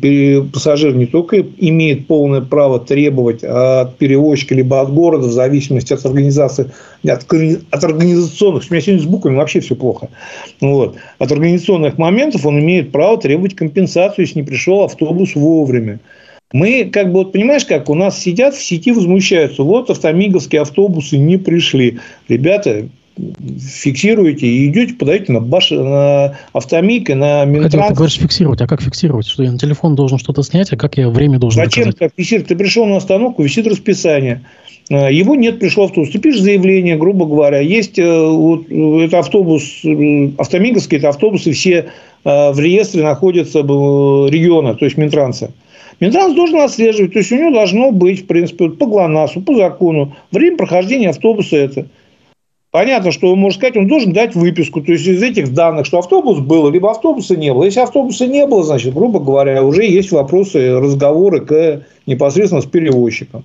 И пассажир не только имеет полное право требовать от перевозчика либо от города, в зависимости от организации, от, от организационных, у меня сегодня с буквами вообще все плохо, вот, от организационных моментов он имеет право требовать компенсацию, если не пришел автобус вовремя. Мы, как бы, вот понимаешь, как у нас сидят в сети, возмущаются, вот автомиговские автобусы не пришли. Ребята, фиксируете и идете, подаете на, баш... на автомиг и на Минтранс. Хотел, ты говоришь фиксировать, а как фиксировать? Что я на телефон должен что-то снять, а как я время должен Зачем доказать? так фиксировать? Ты пришел на остановку, висит расписание. Его нет, пришел автобус. Ты пишешь заявление, грубо говоря. Есть вот, это автобус, автомиговский, это автобусы все в реестре находятся региона, то есть Минтранса. Минтранс должен отслеживать, то есть у него должно быть, в принципе, по ГЛОНАССу, по закону, время прохождения автобуса это. Понятно, что он может сказать, он должен дать выписку, то есть из этих данных, что автобус был, либо автобуса не было. Если автобуса не было, значит, грубо говоря, уже есть вопросы, разговоры к, непосредственно с перевозчиком.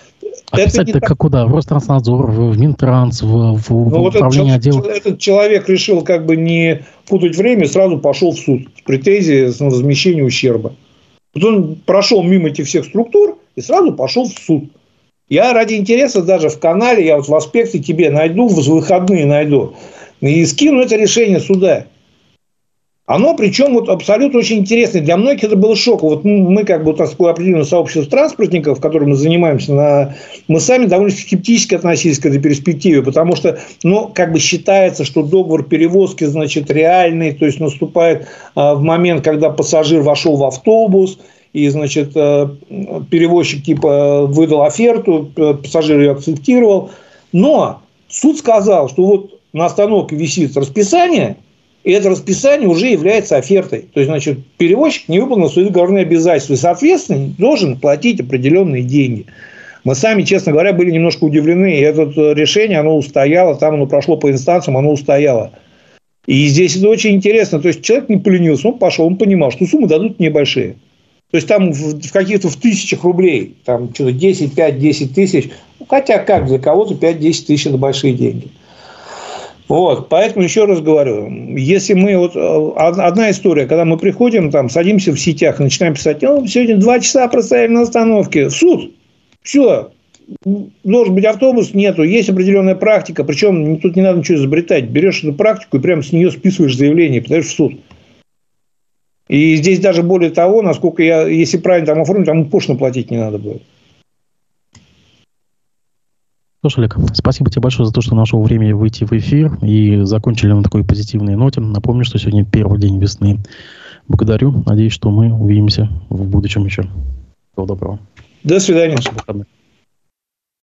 А писать-то так... куда? В Ространснадзор, в Минтранс, в, в, ну, в вот управление этот, отдела? Этот человек решил как бы не путать время, сразу пошел в суд с претензией на возмещение ущерба. Вот он прошел мимо этих всех структур и сразу пошел в суд. Я ради интереса даже в канале, я вот в аспекте тебе найду, в выходные найду, и скину это решение суда. Оно, причем, вот абсолютно очень интересное. Для многих это был шок. Вот мы, как бы, вот у нас такое определенное сообщество транспортников, которым мы занимаемся, на... мы сами довольно скептически относились к этой перспективе, потому что, ну, как бы считается, что договор перевозки, значит, реальный, то есть наступает а, в момент, когда пассажир вошел в автобус, и, значит, перевозчик типа выдал оферту, пассажир ее акцептировал. Но суд сказал, что вот на остановке висит расписание, и это расписание уже является офертой. То есть, значит, перевозчик не выполнил свои договорные обязательства и, соответственно, должен платить определенные деньги. Мы сами, честно говоря, были немножко удивлены. И это решение, оно устояло, там оно прошло по инстанциям, оно устояло. И здесь это очень интересно. То есть, человек не поленился, он пошел, он понимал, что суммы дадут небольшие. То есть, там в, в каких-то в тысячах рублей, там что-то десять, пять-десять тысяч. Ну, хотя как для кого-то пять-десять тысяч – это большие деньги. Вот, поэтому еще раз говорю, если мы вот одна история, когда мы приходим, там, садимся в сетях, начинаем писать, ну, сегодня два часа простояли на остановке, в суд, все, должен быть автобус, нету, есть определенная практика, причем тут не надо ничего изобретать, берешь эту практику и прямо с нее списываешь заявление, подаешь в суд. И здесь даже более того, насколько я, если правильно там оформить, там пошлину платить не надо будет. Слушай, Олег, спасибо тебе большое за то, что нашел время выйти в эфир и закончили на такой позитивной ноте. Напомню, что сегодня первый день весны. Благодарю. Надеюсь, что мы увидимся в будущем еще. Всего доброго. До свидания.